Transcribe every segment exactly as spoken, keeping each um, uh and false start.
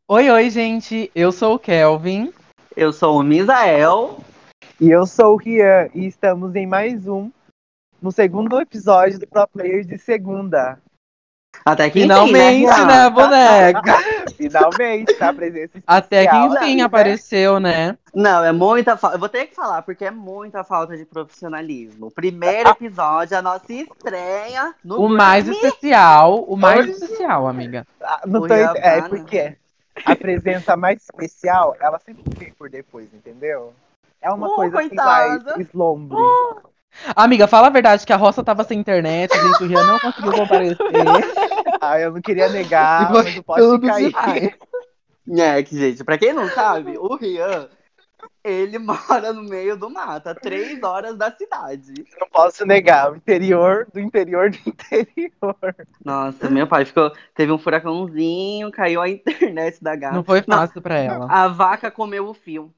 Oi, oi, gente. Eu sou o Kelvin. Eu sou o Misael. E eu sou o Rian. E estamos em mais um, no segundo episódio do Pro Players de segunda. Até que Finalmente, enfim, né, né, Rian? boneca? Finalmente, tá? Presença especial. Até que enfim aqui, né? apareceu, né? Não, é muita falta. Eu vou ter que falar, porque é muita falta de profissionalismo. Primeiro episódio, a nossa estreia no O mais Grammy. especial, o mais Oxi. especial, amiga. Ah, Não O tô Rian ent... É tá, né? porque a presença mais especial, ela sempre vem por depois, entendeu? É uma Uh, coisa assim mais coitada. slombre. Amiga, fala a verdade que a roça tava sem internet, gente, o Rian não conseguiu comparecer. Ah, eu não queria E negar, foi mas o poste tudo cair. demais. É, que, gente, pra quem não sabe, o Rian, ele mora no meio do mato, a três horas da cidade. Não posso negar, o interior do interior do interior. Nossa, meu pai ficou. Teve um furacãozinho, caiu a internet da Não gata. foi Não, fácil pra ela. a vaca comeu o fio.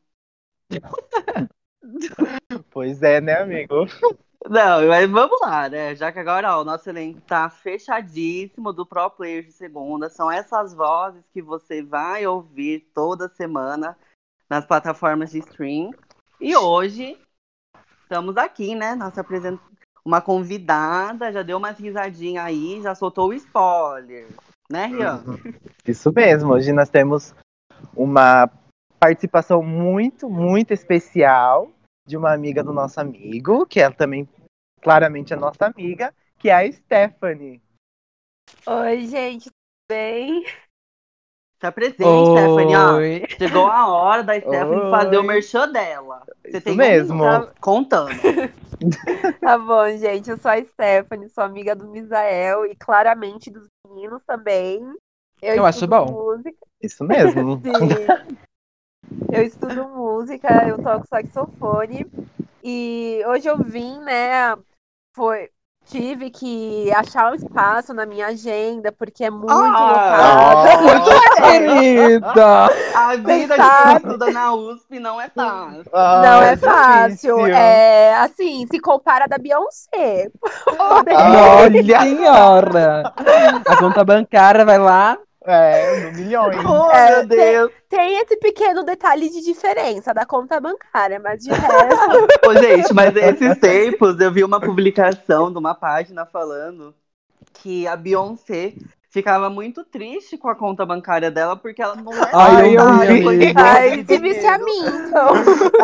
Pois é, né, amigo? Não, mas vamos lá, né? Já que agora ó, o nosso elenco tá fechadíssimo do Pro Players de segunda. São essas vozes que você vai ouvir toda semana nas plataformas de stream. E hoje estamos aqui, né? Nossa apresent... Uma convidada, já deu umas risadinhas aí, já soltou o spoiler. Né, Rian? Isso mesmo, hoje nós temos uma participação muito, muito especial de uma amiga do nosso amigo, que é também claramente a nossa amiga, que é a Stephanie. Oi, gente, tudo bem? Tá presente, Stephanie. Ó, Oi. chegou a hora da Stephanie fazer o Oi. merchan dela. Você Isso tem mesmo. um minuto contando. Tá bom, gente. Eu sou a Stephanie, sou amiga do Misael e claramente dos meninos também. Eu, Eu acho estudo bom. música. Isso mesmo. Sim. Eu estudo música, eu toco saxofone. E hoje eu vim, né? Foi, tive que achar um espaço na minha agenda, porque é muito Ah, lotada. Oh. Querida! a Vocês vida de quem sabem. estuda na U S P não é fácil. Não Ah, é fácil. difícil. É assim, se compara da Beyoncé. Ah, Nossa olha. senhora! A conta bancária vai lá. É, no milhões. Oh, É, meu Deus. Tem esse pequeno detalhe de diferença da conta bancária, mas de resto. Ô, gente, mas esses tempos eu vi uma publicação de uma página falando que a Beyoncé ficava muito triste com a conta bancária dela porque ela não é Ai, eu eu vi, nada vi. com esse amiga. monte Ai, de devia ser a dinheiro. mim, então.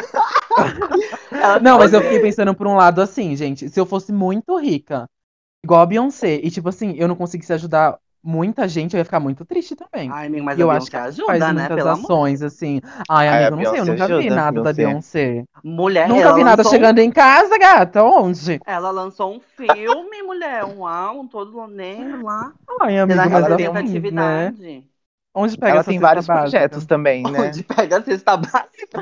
Ela Não, ficou mas eu fiquei assim. pensando por um lado assim, gente. Se eu fosse muito rica, igual a Beyoncé, e tipo assim, eu não conseguisse ajudar muita gente, eu ia ficar muito triste também. Ai, amigo, mas E a eu acho que Beyoncé ela faz ajuda, né? muitas Pelo amor. ações, assim. Ai, Ai, a amigo, não sei, eu Beyoncé nunca vi ajuda, nada da Beyoncé. Beyoncé. Mulher, Nunca ela vi nada lançou um chegando em casa, gata. Onde? Ela lançou um filme, mulher, um álbum todo negro lá, Ai, tendo a amigo, mas Ela tem um, assim, né? representatividade. Onde pega ela essa tem cesta vários básica? projetos também, né? Onde pega a cesta básica.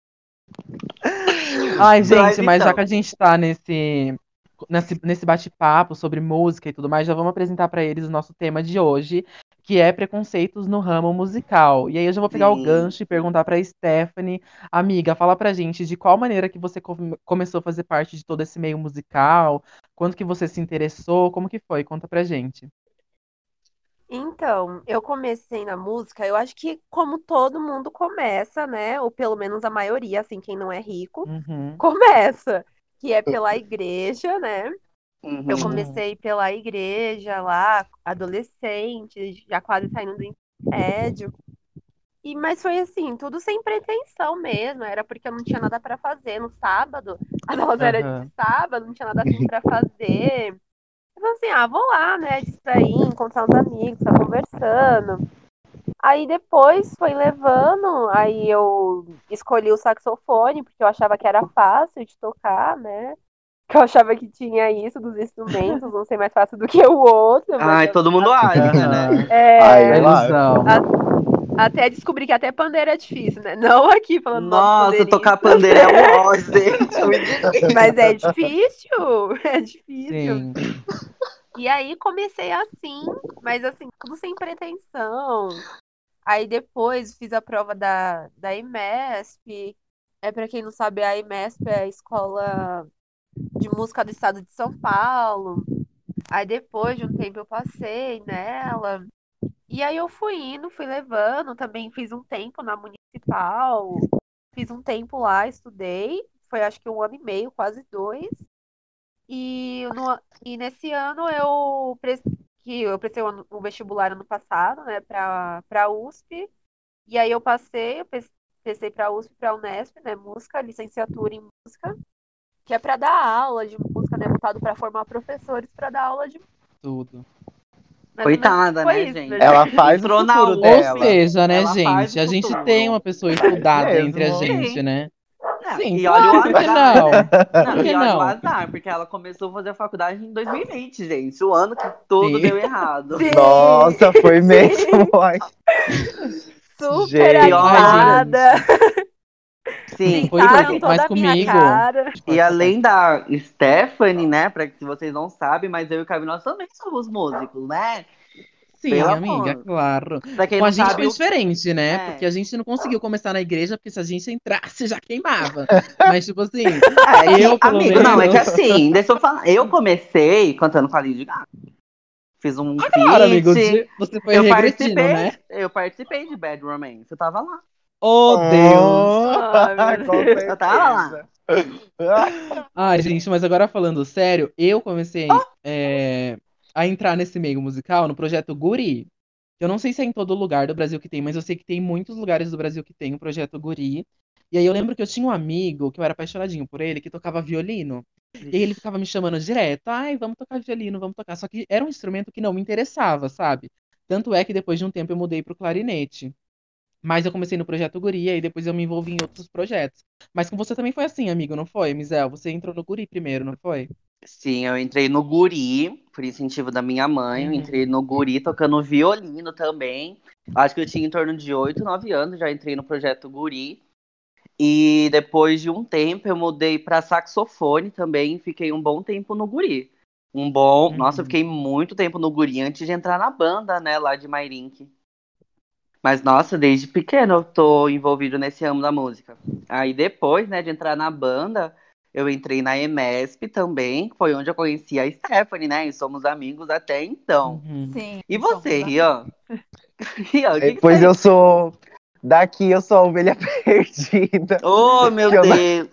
Ai, Mas gente, mas já que então, a gente tá nesse, nesse, nesse bate-papo sobre música e tudo mais, já vamos apresentar pra eles o nosso tema de hoje, que é preconceitos no ramo musical. E aí eu já vou pegar o sim. gancho e perguntar pra Stephanie, amiga, fala pra gente de qual maneira que você come- começou a fazer parte de todo esse meio musical, quando que você se interessou, como que foi? Conta pra gente. Então, eu comecei na música, eu acho que como todo mundo começa, né? Ou pelo menos a maioria, assim, quem não é rico, Uhum. começa. Que é pela igreja, né? Eu Uhum. Uhum. comecei pela igreja lá, adolescente, já quase saindo do ensino médio. E, mas foi assim, tudo sem pretensão mesmo. Era porque eu não tinha nada pra fazer no sábado. As aulas eram de Aham. sábado, não tinha nada assim pra fazer. Eu falei assim, ah, vou lá, né, distrair, encontrar uns amigos, ficar conversando. Aí depois foi levando, aí eu escolhi o saxofone, porque eu achava que era fácil de tocar, né? Que eu achava que tinha isso dos instrumentos, não sei mais fácil do que o outro, mas Ai, eu, todo mundo acha, né? Aham. Ai, A é, eu acho. ilusão. até descobri que até pandeiro é difícil, né? Não aqui falando mal dos Nossa, tocar pandeiristas, pandeiro é um ó, gente. Eu me divirto. mas é difícil, é difícil. Sim. E aí comecei assim, mas assim, tudo sem pretensão. Aí depois fiz a prova da, da IMESP. É, para quem não sabe, a IMESP é a Escola de Música do Estado de São Paulo. Aí depois de um tempo eu passei nela. E aí eu fui indo, fui levando, também fiz um tempo na municipal, fiz um tempo lá, estudei, foi acho que um ano e meio, quase dois. E, no, e nesse ano eu, pres- que eu prestei o, ano- o vestibular ano passado, né, para para U S P. E aí eu passei, eu pes- prestei para U S P, para Unesp, né, música, licenciatura em música, que é para dar aula de música, né, voltado para formar professores para dar aula de Tudo. mais ou menos Coitada, foi né, isso, né, gente? Ela gente? faz o Entrou na futuro Ou U S P, dela. seja, né, ela faz gente? o A gente tem futuro. uma pessoa Faz estudada entre a mesmo. gente, Sim. né? Não, Sim, e olha o claro, por que azar. não? Não, Por que e olha o não? azar, porque ela começou a fazer a faculdade em dois mil e vinte, gente. O ano que tudo Sim. deu errado. Sim, Nossa, foi mesmo. sim, Ai, super Pior Ai, gente. gente. animada. Sim, Pois e, é, Pintaram porque, mas toda a minha comigo. cara. e Pode falar. além da Stephanie, né, pra que se vocês não sabem, mas eu e o Caio, nós também somos músicos, né? Pelo Sim, amiga, amor. claro. Pra quem Com a não gente sabe, foi o. diferente, né? Porque É, a gente não conseguiu começar na igreja, porque se a gente entrasse já queimava. Mas, tipo assim, é que, eu, pelo amigo, não, é que menos. assim, deixa eu falar. Eu comecei cantando com a Lady Gaga. Fiz um Ah, claro, amigo, feat. de- você foi Eu regredindo, participei, né? eu participei de Bad Romance. Eu tava lá. Oh, Deus! Oh, Ai, meu com Deus. Eu tava lá. certeza. Ai, gente, mas agora falando sério, eu comecei é, a entrar nesse meio musical no projeto Guri. Eu não sei se é em todo lugar do Brasil que tem, mas eu sei que tem muitos lugares do Brasil que tem o projeto Guri. E aí eu lembro que eu tinha um amigo, que eu era apaixonadinho por ele, que tocava violino. E aí ele Vixe. ficava me chamando direto, ai, vamos tocar violino, vamos tocar. Só que era um instrumento que não me interessava, sabe? Tanto é que depois de um tempo eu mudei pro clarinete. Mas eu comecei no projeto Guria e depois eu me envolvi em outros projetos. Mas com você também foi assim, amigo, não foi, Misel? Você entrou no Guri primeiro, não foi? Sim, eu entrei no Guri, por incentivo da minha mãe. Eu entrei Uhum. no Guri tocando violino também. Acho que eu tinha em torno de oito, nove anos, já entrei no projeto Guri. E depois de um tempo eu mudei para saxofone também. Fiquei um bom tempo no Guri. Um bom. Nossa, eu Uhum. fiquei muito tempo no Guri antes de entrar na banda, né, lá de Mairink. Mas, nossa, desde pequeno eu tô envolvido nesse ramo da música. Aí depois, né, de entrar na banda, eu entrei na EMESP também, que foi onde eu conheci a Stephanie, né? E somos amigos até então. Uhum. Sim, E somos você, amigos. Rian? Rian, o Aí, que que pois você... eu sou. Daqui eu sou a ovelha perdida. Oh, meu Que eu não, Deus!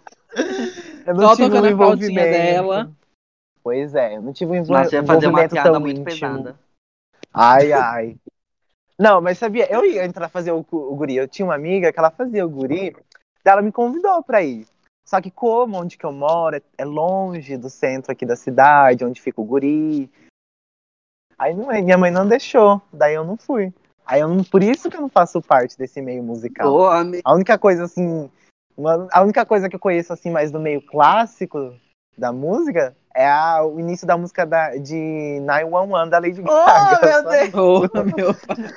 eu não Só tive tocando um a flautinha dela. envolvimento. Pois é, eu não tive um envol- Nossa, eu ia fazer uma envolvimento piada tão muito íntimo. pesada. Ai, ai. Não, mas sabia, eu ia entrar fazer o, cu- o guri. Eu tinha uma amiga que ela fazia o guri, daí ela me convidou pra ir. Só que como onde que eu moro é, é longe do centro aqui da cidade, onde fica o guri. Aí não, é- minha mãe não deixou, daí eu não fui. Aí eu não, por isso que eu não faço parte desse meio musical. Ô, amigo. A única coisa assim, uma- a única coisa que eu conheço assim mais do meio clássico da música é a- o início da música da, de nove um um da Lady Gaga. Oh, meu Só Deus! Oh, isso. meu pai.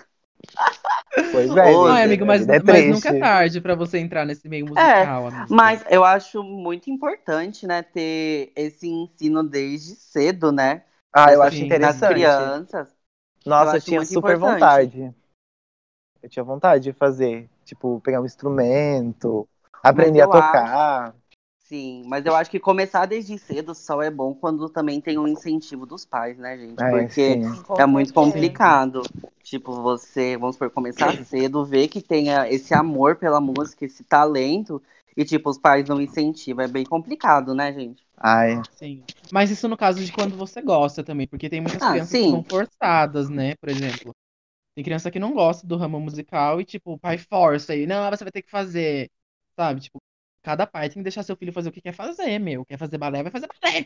Pois é, Ô, Ai, vida, amigo, minha mas, vida é mas nunca é triste. tarde pra você entrar nesse meio É, musical, amigo. mas eu acho muito importante, né, ter esse ensino desde cedo, né, Ah, eu nessas, acho nas Sim. interessante. crianças. Eu Nossa, eu acho tinha muito super importante. vontade. Eu tinha vontade de fazer, tipo, pegar um instrumento, Mas aprender a eu acho, tocar. sim, mas eu acho que começar desde cedo só é bom quando também tem um incentivo dos pais, né, gente? É, Porque sim. Sim, com é muito certeza. Sim. complicado. Tipo, você, vamos por começar cedo, ver que tenha esse amor pela música, esse talento, e tipo, os pais não incentivam. É bem complicado, né, gente? Ai, Sim. Mas isso no caso de quando você gosta também, porque tem muitas Ah, crianças que vão sim. forçadas, né? Por exemplo, tem criança que não gosta do ramo musical e, tipo, o pai força aí, não, você vai ter que fazer, sabe? Tipo, cada pai tem que deixar seu filho fazer o que quer fazer, meu. Quer fazer balé, vai fazer balé.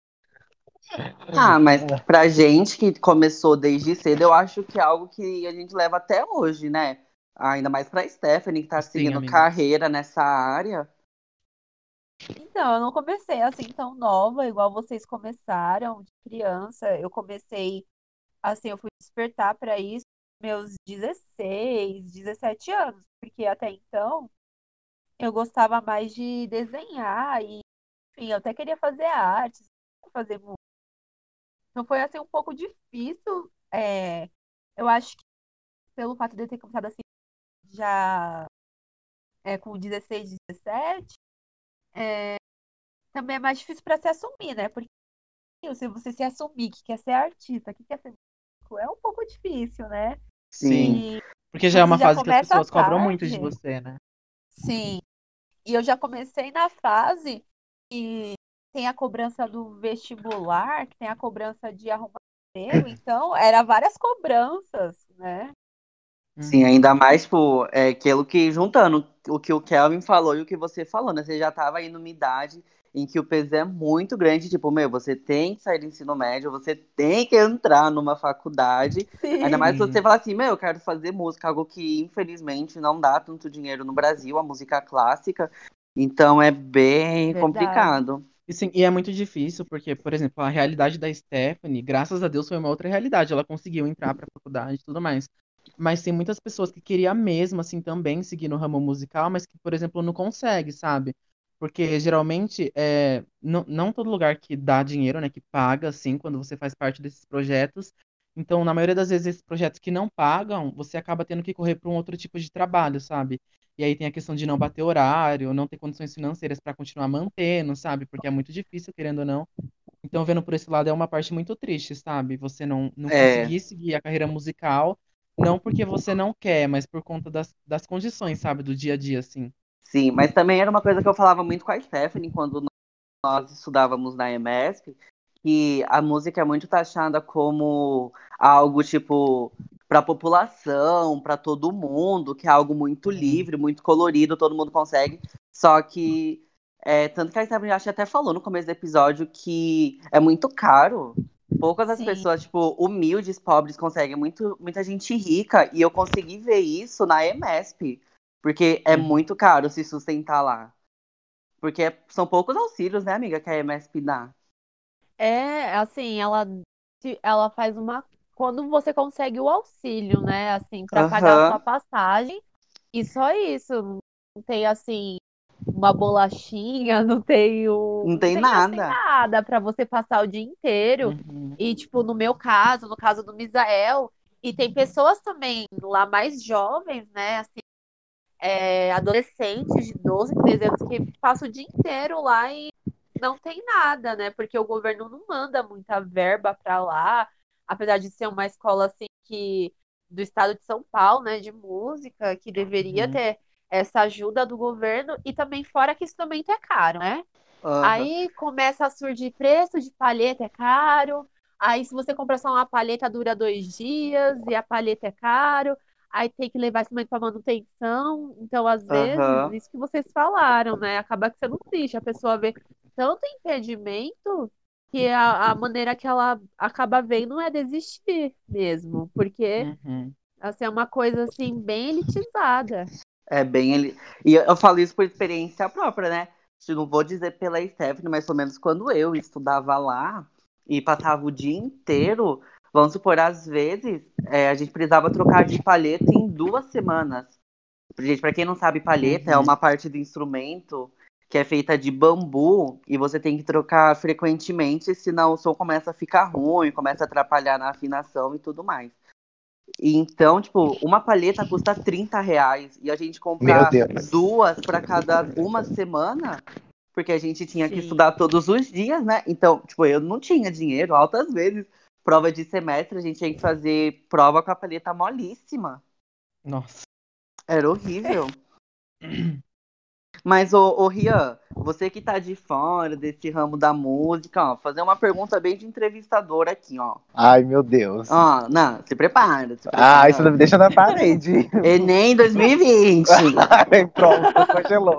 Ah, mas pra gente que começou desde cedo, eu acho que é algo que a gente leva até hoje, né? Ainda mais pra Stephanie, que tá Sim, seguindo amiga. carreira nessa área. Então, eu não comecei assim tão nova, igual vocês começaram, de criança. Eu comecei, assim, eu fui despertar para isso meus dezesseis, dezessete anos, porque até então eu gostava mais de desenhar e, enfim, eu até queria fazer artes, fazer música. Então foi assim um pouco difícil. É, eu acho que pelo fato de eu ter começado assim já é, com dezesseis, dezessete, também é mais difícil para se assumir, né? Porque se você se assumir que quer ser artista, que quer ser músico, é um pouco difícil, né? Sim. Sim. Porque já é uma já fase que as começa pessoas cobram muito de tarde. você, né? Sim. E eu já comecei na fase que tem a cobrança do vestibular, que tem a cobrança de arrumar emprego, então era várias cobranças, né? Sim, Uhum. ainda mais, tipo, é aquilo que, juntando o que o Kelvin falou e o que você falou, né? Você já tava aí numa idade em que o peso é muito grande, tipo, meu, você tem que sair do ensino médio, você tem que entrar numa faculdade. Ainda mais se Sim, você Sim. falar assim, meu, eu quero fazer música, algo que, infelizmente, não dá tanto dinheiro no Brasil, a música clássica. Então é bem verdade. complicado. E, sim, e é muito difícil, porque, por exemplo, a realidade da Stephanie, graças a Deus, foi uma outra realidade. Ela conseguiu entrar pra faculdade e tudo mais. Mas tem muitas pessoas que queriam mesmo, assim, também seguir no ramo musical, mas que, por exemplo, não consegue, sabe? Porque geralmente é, não, não todo lugar que dá dinheiro, né, que paga, assim, quando você faz parte desses projetos. Então, na maioria das vezes, esses projetos que não pagam, você acaba tendo que correr para um outro tipo de trabalho, sabe? E aí tem a questão de não bater horário, não ter condições financeiras para continuar mantendo, sabe? Porque é muito difícil, querendo ou não. Então, vendo por esse lado, é uma parte muito triste, sabe? Você não, não É, conseguir seguir a carreira musical, não porque você não quer, mas por conta das, das condições, sabe? Do dia a dia, assim. sim, mas também era uma coisa que eu falava muito com a Stephanie quando nós estudávamos na E M E S P, que a música é muito taxada como algo tipo para a população, para todo mundo, que é algo muito Sim. livre, muito colorido, todo mundo consegue. Só que é, tanto que a Stephanie acho que até falou no começo do episódio que é muito caro. Poucas das Sim, pessoas, tipo, humildes, pobres, conseguem. Muito, muita gente rica. E eu consegui ver isso na E M E S P. Porque é Uhum. muito caro se sustentar lá. Porque é- são poucos auxílios, né, amiga, que a M S P dá. é assim, ela, se- ela faz uma. Quando você consegue o auxílio, né? Assim, para pagar a sua Aham, passagem, e só isso. Não tem assim uma bolachinha, não tem o, não não tem tem assim nada. nada para você passar o dia inteiro. Uhum. E tipo, no meu caso, no caso do Misael, e tem pessoas também lá mais jovens, né? Assim, é, adolescentes de doze, treze anos que passam o dia inteiro lá e não tem nada, né? Porque o governo não manda muita verba para lá, apesar de ser uma escola assim que do estado de São Paulo, né, de música, que deveria Uhum. ter essa ajuda do governo e também fora que instrumento é caro, né? Aham, Aí começa a surgir preço de palheta é caro. Aí se você compra só uma palheta dura dois dias e a palheta é caro. Aí tem que levar instrumento para manutenção. Então, às vezes, aham. isso que vocês falaram, né? Acaba sendo triste. A pessoa vê tanto impedimento que a, a maneira que ela acaba vendo é desistir mesmo. Porque Uhum. assim, é uma coisa assim bem elitizada. É bem ele. E eu falo isso por experiência própria, né? Se não vou dizer pela Stephanie, mas pelo menos quando eu estudava lá e passava o dia inteiro, vamos supor, às vezes é, a gente precisava trocar de palheta em duas semanas. Gente, para quem não sabe, palheta é Uhum. uma parte do instrumento que é feita de bambu e você tem que trocar frequentemente, senão o som começa a ficar ruim, começa a atrapalhar na afinação e tudo mais. E então, tipo, uma palheta custa trinta reais e a gente Meu comprar Deus. duas para cada uma semana, porque a gente tinha que Sim. estudar todos os dias, né? Então, tipo, eu não tinha dinheiro, altas vezes. Prova de semestre, a gente tinha que fazer prova com a palheta molíssima. Nossa. Era horrível. Mas, ô, ô Rian, você que tá de fora desse ramo da música, ó, fazer uma pergunta bem de entrevistador aqui, ó. Ai, meu Deus. Ó, não, se prepara, se Ah, isso não me prepara. deixa na parede. Enem dois mil e vinte. Ai, pronto, congelou.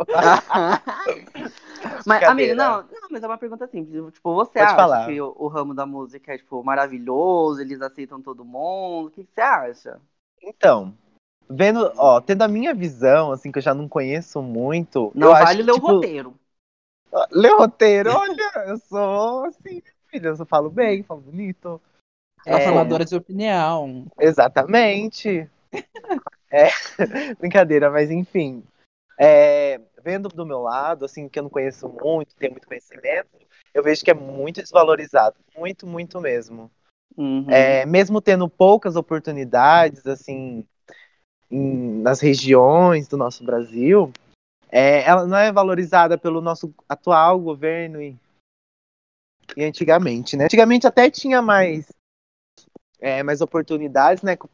Mas, amigo, Brincadeira. não, não, mas é uma pergunta simples. Tipo, você Pode acha falar. que o, o ramo da música é, tipo, maravilhoso? Eles aceitam todo mundo? O que que você acha? Então, vendo, ó, tendo a minha visão, assim, que eu já não conheço muito, eu Não acho vale que, ler o tipo, roteiro. ler roteiro, olha, eu sou assim, filha, eu só falo bem, falo bonito. Você é É, formadora de opinião. exatamente. É, brincadeira, mas enfim. É, vendo do meu lado, assim, que eu não conheço muito, tenho muito conhecimento, eu vejo que é muito desvalorizado, muito, muito mesmo. Uhum. É, mesmo tendo poucas oportunidades, assim, em- nas regiões do nosso Brasil, é, ela não é valorizada pelo nosso atual governo e, e antigamente, né? Antigamente até tinha mais, é, mais oportunidades, né? Que o, pe-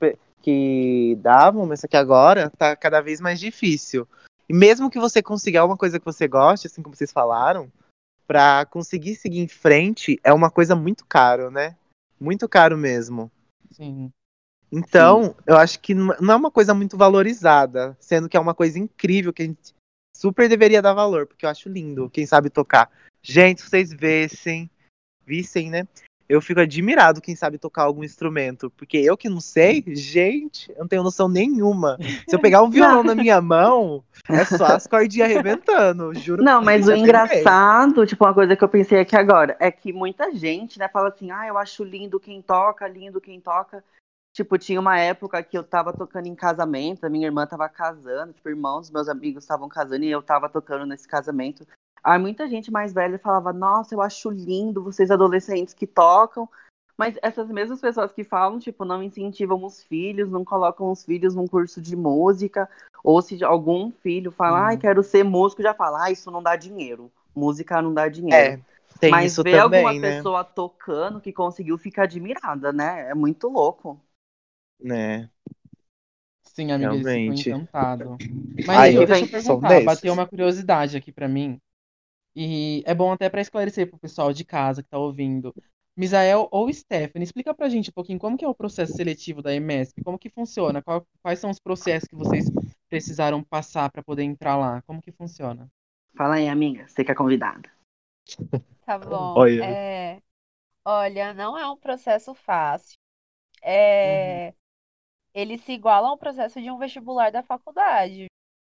que davam, mas só que agora tá cada vez mais difícil. E mesmo que você consiga uma coisa que você goste, assim como vocês falaram, pra conseguir seguir em frente é uma coisa muito caro, né? Muito caro mesmo. Sim. Então, eu acho que não não é uma coisa muito valorizada, sendo que é uma coisa incrível que a gente super deveria dar valor, porque eu acho lindo quem sabe tocar. Gente, se vocês vissem, vissem, né? Eu fico admirado quem sabe tocar algum instrumento, porque eu que não sei, gente, eu não tenho noção nenhuma. Se eu pegar um violão Não. na minha mão, é só as cordinhas arrebentando, juro Não, por mas Deus, o já tentei. engraçado, tipo, uma coisa que eu pensei aqui agora, é que muita gente, né, fala assim, ah, eu acho lindo quem toca, lindo quem toca. Tipo, tinha uma época que eu tava tocando em casamento, a minha irmã tava casando, tipo, irmãos, meus amigos estavam casando e eu tava tocando nesse casamento. Aí muita gente mais velha falava, nossa, eu acho lindo vocês adolescentes que tocam. Mas essas mesmas pessoas que falam, tipo, não incentivam os filhos, não colocam os filhos num curso de música, ou se algum filho fala, ai, Sim. quero ser músico, já fala, ah, isso não dá dinheiro. Música não dá dinheiro. É, tem Mas isso ver alguma também, né? pessoa tocando que conseguiu ficar admirada, né? É muito louco. Né, Sim, amiga, eles ficam realmente. encantados. Mas, Ai, E viu, eu deixa eu vem. sou um perguntar, bateu desses. uma curiosidade aqui pra mim. E é bom até pra esclarecer pro pessoal de casa que tá ouvindo. Misael ou Stephanie, explica pra gente um pouquinho como que é o processo seletivo da EMESP, como que funciona, qual- quais são os processos que vocês precisaram passar pra poder entrar lá, como que funciona? Fala aí, amiga, você que é convidada. Tá bom. Olha. É, olha, não é um processo fácil. Uhum. É, ele se iguala ao processo de um vestibular da faculdade.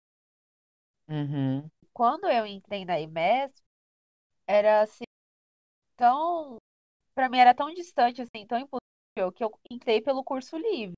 Uhum. Quando eu entrei na IMESP, era assim, tão, para mim era tão distante assim, tão impossível que eu entrei pelo curso livre.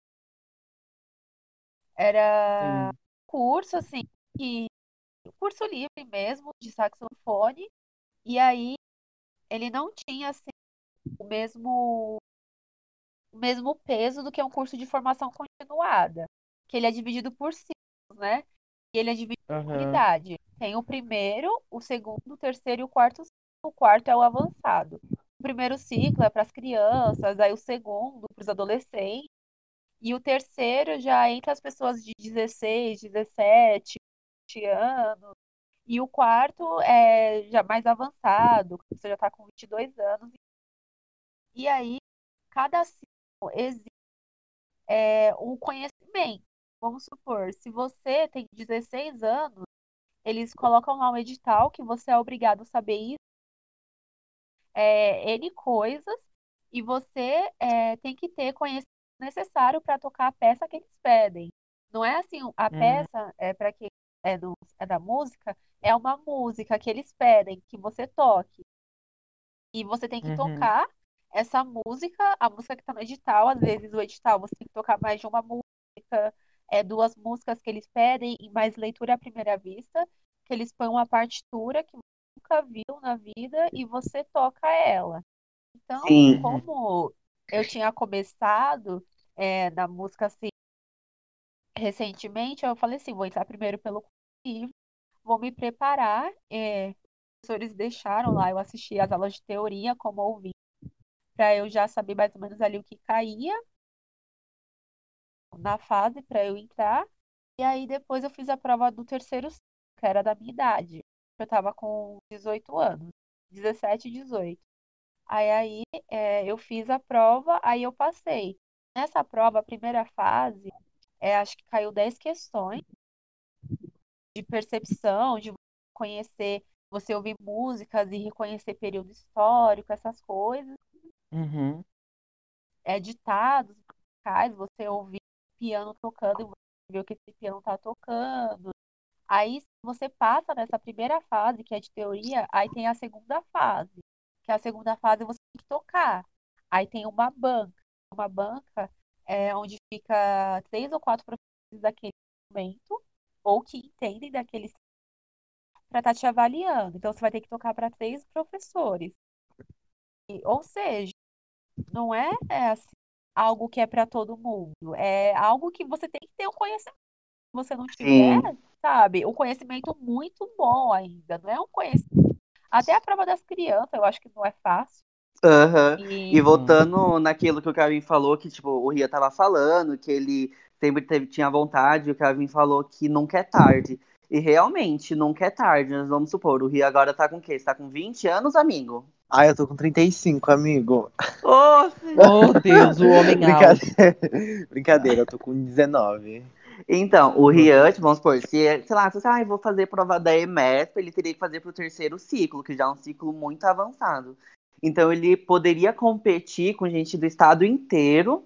Era Sim. curso assim, que curso livre mesmo de saxofone, e aí ele não tinha assim o mesmo o mesmo peso do que um curso de formação continuada, que ele é dividido por ciclos, né? E ele é dividido por Aham. unidade. Tem o primeiro, o segundo, o terceiro e o quarto ciclo. O quarto é o avançado. O primeiro ciclo é para as crianças, aí o segundo para os adolescentes, e o terceiro já entra as pessoas de dezesseis, dezessete vinte anos. E o quarto é já mais avançado, você já está com vinte e dois anos. E aí, cada ciclo existe é, um conhecimento. Vamos supor, se você tem dezesseis anos, eles colocam lá um edital que você é obrigado a saber isso, é, N coisas, e você é, tem que ter conhecimento necessário para tocar a peça que eles pedem. Não é assim, a Uhum. peça, é para quem é, do, é da música, é uma música que eles pedem que você toque. E você tem que Uhum. tocar essa música, a música que está no edital, às vezes o edital você tem que tocar mais de uma música, é duas músicas que eles pedem, e mais leitura à primeira vista, que eles põem uma partitura que você nunca viu na vida e você toca ela. Então, Sim. Uhum. como eu tinha começado é, na música assim, recentemente, eu falei assim, vou entrar primeiro pelo livro, vou me preparar. É, os professores deixaram lá, eu assisti as aulas de teoria como ouvinte, para eu já saber mais ou menos ali o que caía na fase para eu entrar. E aí depois eu fiz a prova do terceiro ciclo, que era da minha idade. Eu estava com dezoito anos, dezessete, dezoito. Aí, aí é, eu fiz a prova, aí eu passei. Nessa prova, a primeira fase, é, acho que caiu dez questões de percepção, de conhecer, você ouvir músicas e reconhecer período histórico, essas coisas. Uhum. É, ditados musicais, você ouvir o piano tocando e você ver o que esse piano está tocando. Aí, se você passa nessa primeira fase, que é de teoria, aí tem a segunda fase, que a segunda fase você tem que tocar. Aí tem uma banca. Uma banca é onde fica três ou quatro professores daquele instrumento, ou que entendem daquele para estar te avaliando. Então, você vai ter que tocar para três professores. E, ou seja, não é, é assim, algo que é para todo mundo. É algo que você tem que ter um conhecimento. Se você não tiver, Sim. sabe, um conhecimento muito bom ainda. Não é um conhecimento. Até a prova das crianças, eu acho que não é fácil. Aham. E E Sim. voltando naquilo que o Kevin falou, que tipo, o Ria tava falando, que ele sempre teve, tinha vontade, o Kevin falou que nunca é tarde. E realmente, nunca é tarde. Nós vamos supor, o Rio agora tá com o quê? Você tá com vinte anos, amigo? Ai, eu tô com trinta e cinco, amigo. Ô, Oh, Deus, o homem alto. Brincadeira. Brincadeira, eu tô com dezenove. Então, o Rian, vamos supor, se, sei lá, se você, ah, vou fazer prova da EMESP, ele teria que fazer pro terceiro ciclo, que já é um ciclo muito avançado. Então, ele poderia competir com gente do estado inteiro,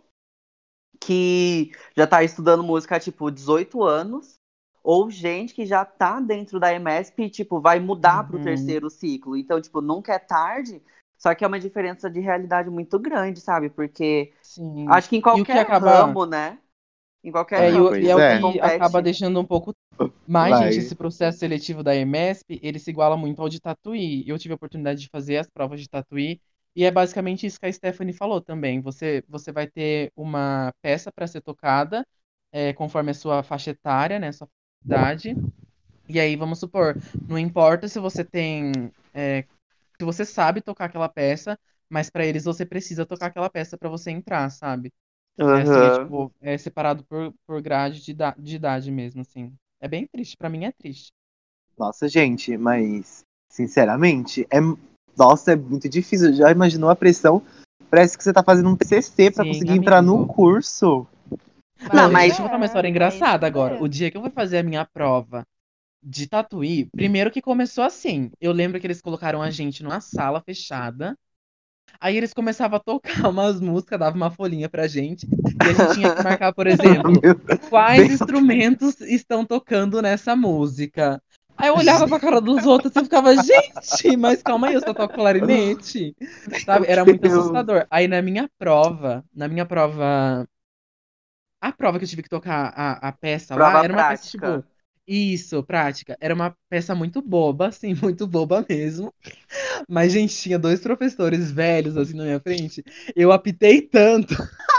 que já tá estudando música há, tipo, dezoito anos, ou gente que já tá dentro da EMESP e, tipo, vai mudar pro Uhum. terceiro ciclo. Então, tipo, nunca é tarde, só que é uma diferença de realidade muito grande, sabe? Porque Sim. acho que em E o que qualquer acaba. ramo, né? Em qualquer É, e, o- ramo Pois que e é o você é. que acaba compete. deixando um pouco mais, Vai. gente, esse processo seletivo da EMESP, ele se iguala muito ao de Tatuí. Eu tive a oportunidade de fazer as provas de Tatuí, e é basicamente isso que a Stephanie falou também. Você, você vai ter uma peça para ser tocada, é, conforme a sua faixa etária, né, sua idade. E aí, vamos supor, não importa se você tem, é, se você sabe tocar aquela peça, mas para eles você precisa tocar aquela peça para você entrar, sabe? É assim, é Aham. tipo, é separado por, por grade de, ida- de idade mesmo, assim. É bem triste, pra mim é triste. Nossa, gente, mas, sinceramente, é. Nossa, é muito difícil. Já imaginou a pressão? Parece que você tá fazendo um T C C pra Sim, conseguir entrar no amigo. curso. Não, Não, e Mas mas deixa eu contar uma é, história é isso engraçada agora. O mesmo. dia que eu fui fazer a minha prova de Tatuí, primeiro que começou assim. Eu lembro que eles colocaram a gente numa sala fechada. Aí eles começavam a tocar umas músicas, dava uma folhinha pra gente. E a gente tinha que marcar, por exemplo, Meu, quais meu instrumentos estão tocando nessa música. Aí eu olhava pra cara dos outros e ficava, gente, mas calma aí, eu só toco clarinete. Sabe? Era muito Deus. assustador. Aí na minha prova, na minha prova, a prova que eu tive que tocar a, a peça lá, prova era uma peça, prática. tipo, isso, prática. Era uma peça muito boba, assim, muito boba mesmo. Mas, gente, tinha dois professores velhos, assim, na minha frente. Eu apitei tanto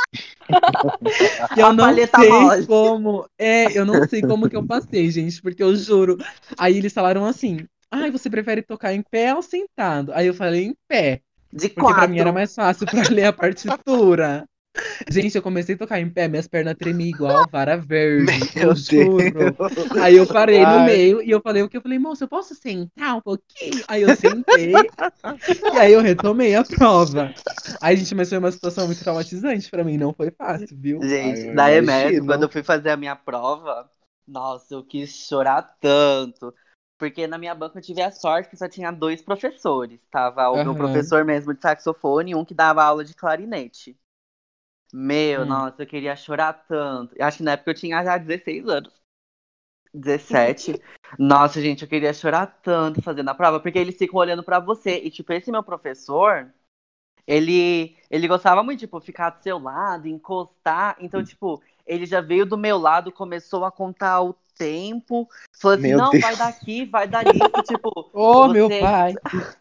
que eu A não palheta sei mole. como. É, eu não sei como que eu passei, gente, porque eu juro. Aí eles falaram assim: ai, você prefere tocar em pé ou sentado? Aí eu falei em pé, De porque pra mim era quatro. mais fácil pra ler a partitura. Gente, eu comecei a tocar em pé, minhas pernas tremiam igual vara verde, eu Meu juro. Deus. Aí eu parei no Ai, meio e eu falei o que? Eu falei, moço, eu posso sentar um pouquinho? Aí eu sentei e aí eu retomei a prova. Aí, gente, mas foi uma situação muito traumatizante pra mim, não foi fácil, viu? ai, Gente, eu da EMESP, quando eu imagino. fui fazer a minha prova, nossa, eu quis chorar tanto. Porque na minha banca eu tive a sorte que só tinha dois professores. Tava o meu Aham. professor mesmo de saxofone e um que dava aula de clarinete. Meu, Hum. nossa, eu queria chorar tanto. Eu acho que na época eu tinha já dezesseis anos. dezessete. Nossa, gente, eu queria chorar tanto fazendo a prova, porque eles ficam olhando pra você. E, tipo, esse meu professor, ele, ele gostava muito, tipo, ficar do seu lado, encostar. Então, tipo, ele já veio do meu lado, começou a contar o tempo. Falou assim, Meu não, vai Deus. daqui, vai dali. Que, tipo, Ô, meu você... pai.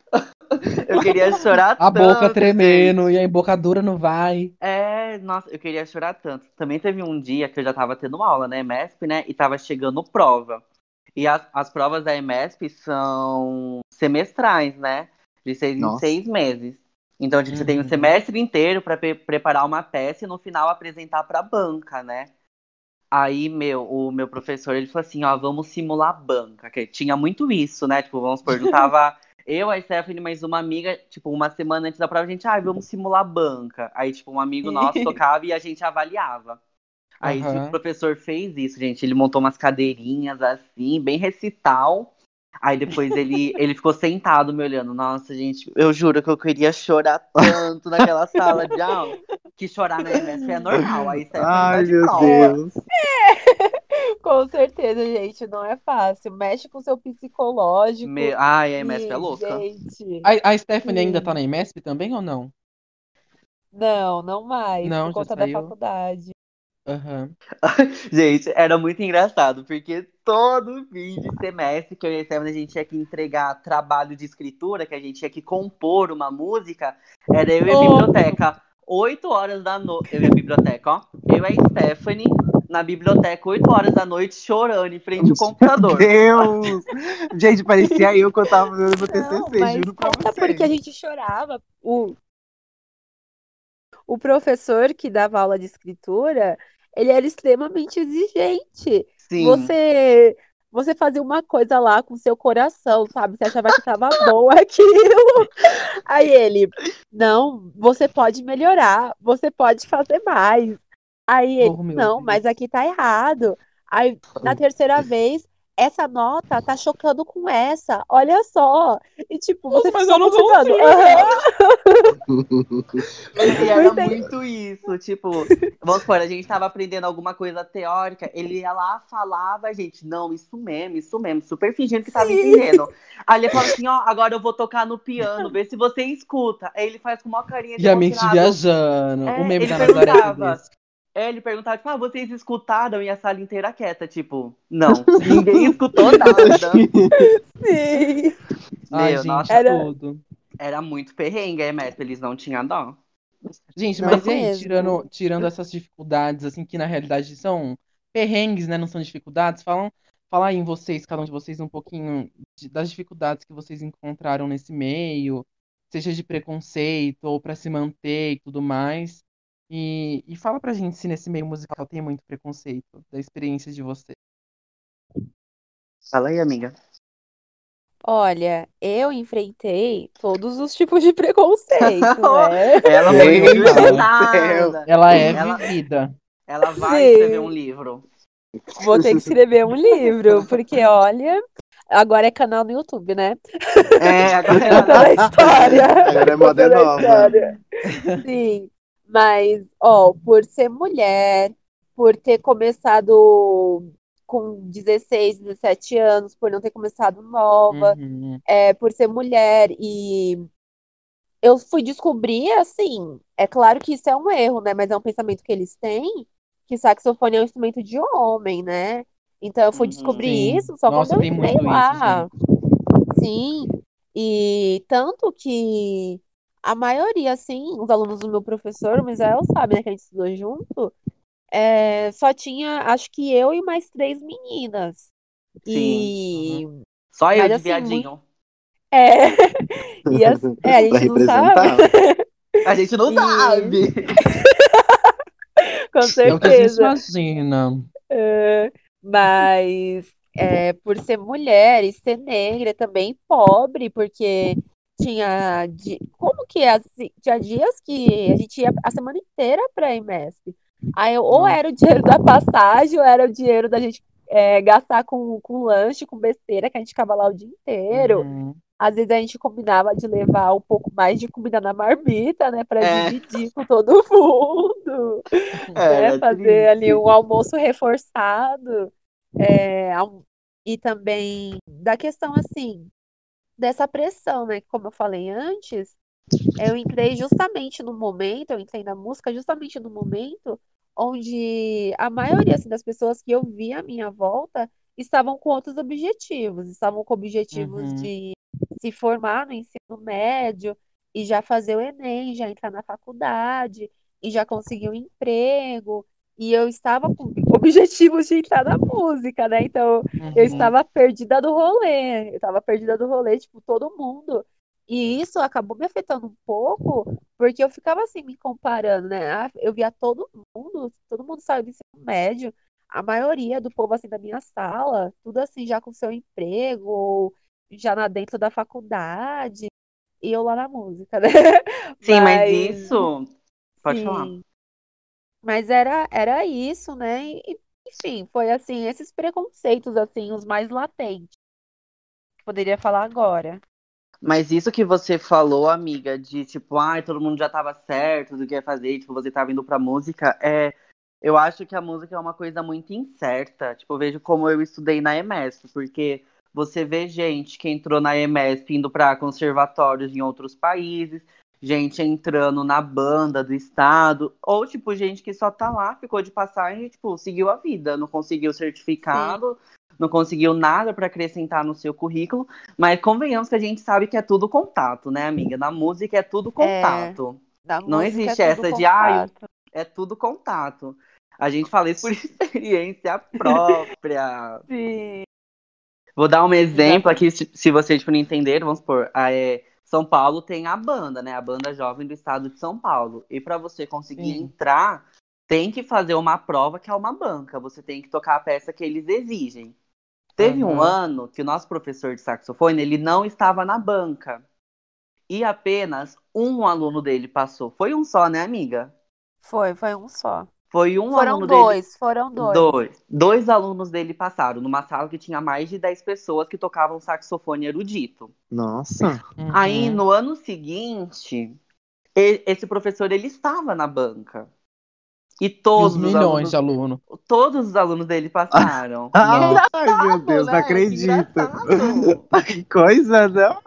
Eu queria chorar A boca tanto, gente. tremendo e a embocadura não vai. É, nossa, eu queria chorar tanto. Também teve um dia que eu já tava tendo aula na EMESP, né? E tava chegando prova. E as, as provas da EMESP são semestrais, né? De seis em Nossa. seis meses. Então, tipo, você tem o Uhum. semestre inteiro pra pre- preparar uma peça e no final apresentar pra banca, né? Aí, meu, o meu professor, ele falou assim, ó, vamos simular banca, que tinha muito isso, né? Tipo, vamos supor, juntava eu, a Stephanie, mais uma amiga, tipo, uma semana antes da prova, a gente, ah, vamos simular banca. Aí, tipo, um amigo nosso tocava e a gente avaliava. Aí, o Aham. professor fez isso, gente, ele montou umas cadeirinhas assim, bem recital. Aí depois ele, ele ficou sentado me olhando. Nossa, gente, eu juro que eu queria chorar tanto naquela sala de aula. Que chorar na M S P é normal. Aí Stephanie tá Ai, de meu prova. Deus. Com certeza, gente, não é fácil. Mexe com o seu Me... psicológico Ai, a M S P é e, louca. gente, A, a Stephanie ainda tá sim. na EMESP também ou não? Não, não mais, por Não, já conta da saiu. faculdade. Aham. Gente, era muito engraçado, porque todo fim de semestre que eu e a Stephanie, a gente tinha que entregar trabalho de escritura, que a gente tinha que compor uma música, era eu e a Oh, meu. biblioteca. Oito horas da noite. Eu e a biblioteca, ó. Eu e a Stephanie na biblioteca, oito horas da noite, chorando em frente ao Meu computador. Deus. Gente, parecia eu que eu tava fazendo meu Não, T C C, mas juro pra conta porque a vocês. gente chorava. O, o professor que dava aula de escritura, ele era extremamente exigente. Sim. Você, você fazia uma coisa lá com seu coração, sabe? Você achava que tava bom aquilo. Aí ele, não, você pode melhorar, você pode fazer mais. Aí ele, Oh, meu não, Deus. mas aqui tá errado. Aí, na terceira vez, essa nota tá chocando com essa, olha só. E tipo, você Mas só eu não motivando. consigo. Aham, E não era entendi. muito isso, tipo, vamos supor, a gente tava aprendendo alguma coisa teórica, ele ia lá, falava, a gente, não, isso mesmo, isso mesmo, super fingindo que tava Sim, entendendo. Aí ele fala assim, ó, agora eu vou tocar no piano, vê se você escuta. Aí ele faz com uma carinha de E a mente emocionado. viajando. O É, meme ele da Nazaré perguntava, Tedesco. é, ele perguntava, tipo, ah, vocês escutaram? E a sala inteira quieta, tipo, não, ninguém escutou nada. sim. Ai, Meu, gente, nossa, Era. tudo. era muito perrengue, é, Metro, eles não tinham dó. Gente, Não mas e aí, mesmo. tirando, tirando essas dificuldades, assim, que na realidade são perrengues, né? Não são dificuldades, falam, fala aí em vocês, cada um de vocês, um pouquinho de- das dificuldades que vocês encontraram nesse meio, seja de preconceito ou para se manter e tudo mais. E, e fala pra gente se nesse meio musical tem muito preconceito, da experiência de vocês. Fala aí, amiga. Olha, eu enfrentei todos os tipos de preconceito, né? Ela foi Menos Gente mal. do céu! iluminada. Ela é Ela, vivida. ela vai escrever um Sim, livro. vou ter que escrever um livro, porque olha, agora é canal no YouTube, né? É, agora é Contando a canal. história, Agora é moda contando a nova. história. Sim, mas, ó, por ser mulher, por ter começado com dezesseis, dezessete anos, por não ter começado nova, Uhum, é, por ser mulher e eu fui descobrir, assim, é claro que isso é um erro, né? Mas é um pensamento que eles têm, que saxofone é um instrumento de homem, né? Então eu fui Uhum. descobrir sim. isso só quando Nossa, eu tem entrei muito isso, lá. gente. Sim, e tanto que a maioria, assim, os alunos do meu professor, o Misael sabe, né, que a gente estudou junto, é, só tinha, acho que eu e mais três meninas. Sim. Uhum. E, Só eu mas de assim, mu- viadinho. é, e as- é, a Pra gente não sabe. representar. A gente não E sabe. com É o que a gente certeza. imagina. É, mas é, por ser mulher e ser negra também pobre, porque tinha di- como que é assim, tinha dias que a gente ia a semana inteira para a EMESP. Aí ou Nossa. era o dinheiro da passagem, ou era o dinheiro da gente é, gastar com, com lanche, com besteira, que a gente ficava lá o dia inteiro. Uhum. Às vezes a gente combinava de levar um pouco mais de comida na marmita, né, para É, dividir com todo mundo, né, era fazer ali triste. um almoço reforçado, é, al- e também da questão assim dessa pressão, né, que como eu falei antes, eu entrei justamente no momento, eu entrei na música justamente no momento onde a maioria assim, das pessoas que eu vi à minha volta estavam com outros objetivos, estavam com objetivos Uhum. de se formar no ensino médio e já fazer o Enem, já entrar na faculdade e já conseguir um emprego. E eu estava com objetivos de entrar na música, né? Então eu Uhum. estava perdida do rolê, eu estava perdida do rolê, tipo, todo mundo. E isso acabou me afetando um pouco, porque eu ficava assim me comparando, né? Ah, eu via todo mundo, todo mundo saiu do ensino médio, a maioria do povo assim da minha sala, tudo assim já com seu emprego, ou já na dentro da faculdade, e eu lá na música, né? Sim, mas Mas isso. Pode falar. sim, mas era era isso, né? E, enfim, foi assim, esses preconceitos assim, os mais latentes, que poderia falar agora. Mas isso que você falou, amiga, de tipo, ai, todo mundo já tava certo do que ia fazer, tipo, você tava indo pra música, é. Eu acho que a música é uma coisa muito incerta. Tipo, eu vejo como eu estudei na EMESP, porque você vê gente que entrou na EMESP indo para conservatórios em outros países, gente entrando na banda do estado, ou tipo, gente que só tá lá, ficou de passagem e, tipo, seguiu a vida, não conseguiu Sim, certificado, não conseguiu nada para acrescentar no seu currículo, mas convenhamos que a gente sabe que é tudo contato, né, amiga? Na música é tudo é, contato. da Não música é existe tudo essa de, ai, contato. é tudo contato. A gente fala isso por experiência própria. Sim, Vou dar um exemplo exatamente. aqui, se, se vocês tipo, não entenderam, vamos supor. a, é, São Paulo tem a banda, né? A banda jovem do estado de São Paulo. E para você conseguir Sim. entrar, tem que fazer uma prova que é uma banca. Você tem que tocar a peça que eles exigem. Teve um Aham. ano que o nosso professor de saxofone, ele não estava na banca. E apenas um aluno dele passou. Foi um só, né, amiga? Foi, foi um só. Foi um Foram aluno dele. dois, foram dois. Dois. Dois alunos dele passaram numa sala que tinha mais de dez pessoas que tocavam saxofone erudito. Nossa. Aí, Uhum. no ano seguinte, e- esse professor ele estava na banca. E E os todos os milhões de alunos, aluno. todos os alunos dele passaram. Nossa. Ai, meu Engraçado, Deus, não né? Que acredito. engraçado. Que coisa, não?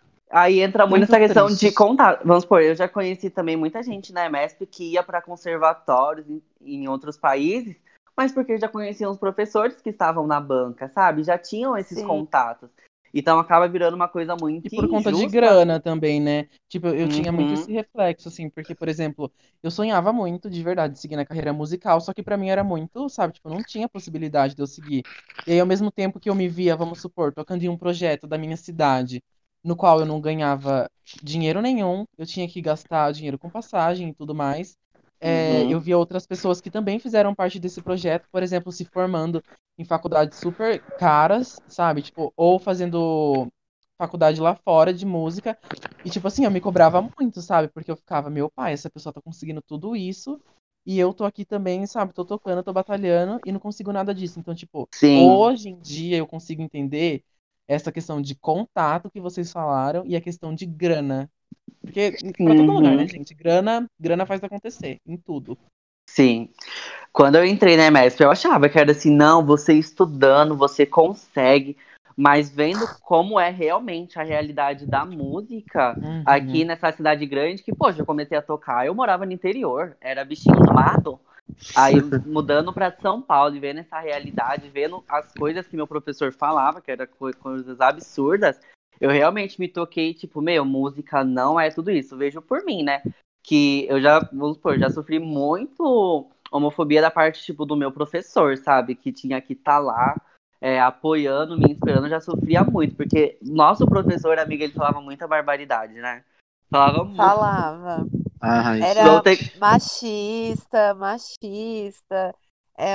Aí entra muito Muito essa questão de triste. contato. Vamos supor, eu já conheci também muita gente na EMESP que ia para conservatórios em, em outros países, mas porque já conheciam os professores que estavam na banca, sabe? Já tinham esses Sim, contatos. Então acaba virando uma coisa E muito por conta de injusta. grana também, né? Tipo, eu tinha muito esse Uhum, reflexo, assim, porque, por exemplo, eu sonhava muito, de verdade, de seguir na carreira musical, só que pra mim era muito, sabe, tipo, não tinha possibilidade de eu seguir. E aí, ao mesmo tempo que eu me via, vamos supor, tocando em um projeto da minha cidade, no qual eu não ganhava dinheiro nenhum, eu tinha que gastar dinheiro com passagem e tudo mais. É, eu uhum, via outras pessoas que também fizeram parte desse projeto, por exemplo, se formando em faculdades super caras, sabe? Tipo, ou fazendo faculdade lá fora de música. E, tipo assim, eu me cobrava muito, sabe? Porque eu ficava, meu pai, essa pessoa tá conseguindo tudo isso. E eu tô aqui também, sabe? Tô tocando, tô batalhando e não consigo nada disso. Então, tipo, sim, hoje em dia eu consigo entender essa questão de contato que vocês falaram e a questão de grana. Porque pra todo lugar, né, uhum, gente? Grana, grana faz acontecer em tudo. sim. Quando eu entrei na EMESP, eu achava que era assim, não, você estudando, você consegue, mas vendo como é realmente a realidade da música aqui Uhum. nessa cidade grande, que, poxa, eu comecei a tocar, eu morava no interior, era bichinho do mato, aí mudando para São Paulo e vendo essa realidade, vendo as coisas que meu professor falava, que eram co- coisas absurdas, eu realmente me toquei, tipo, meu, música não é tudo isso. Vejo por mim, né? Que eu já, vamos supor, já sofri muito homofobia da parte, tipo, do meu professor, sabe? Que tinha que estar lá, é, apoiando, me inspirando, eu já sofria muito, porque nosso professor, amiga, ele falava muita barbaridade, né? Falava muito. falava. Ai, Igual Era tem. gente. machista, machista, é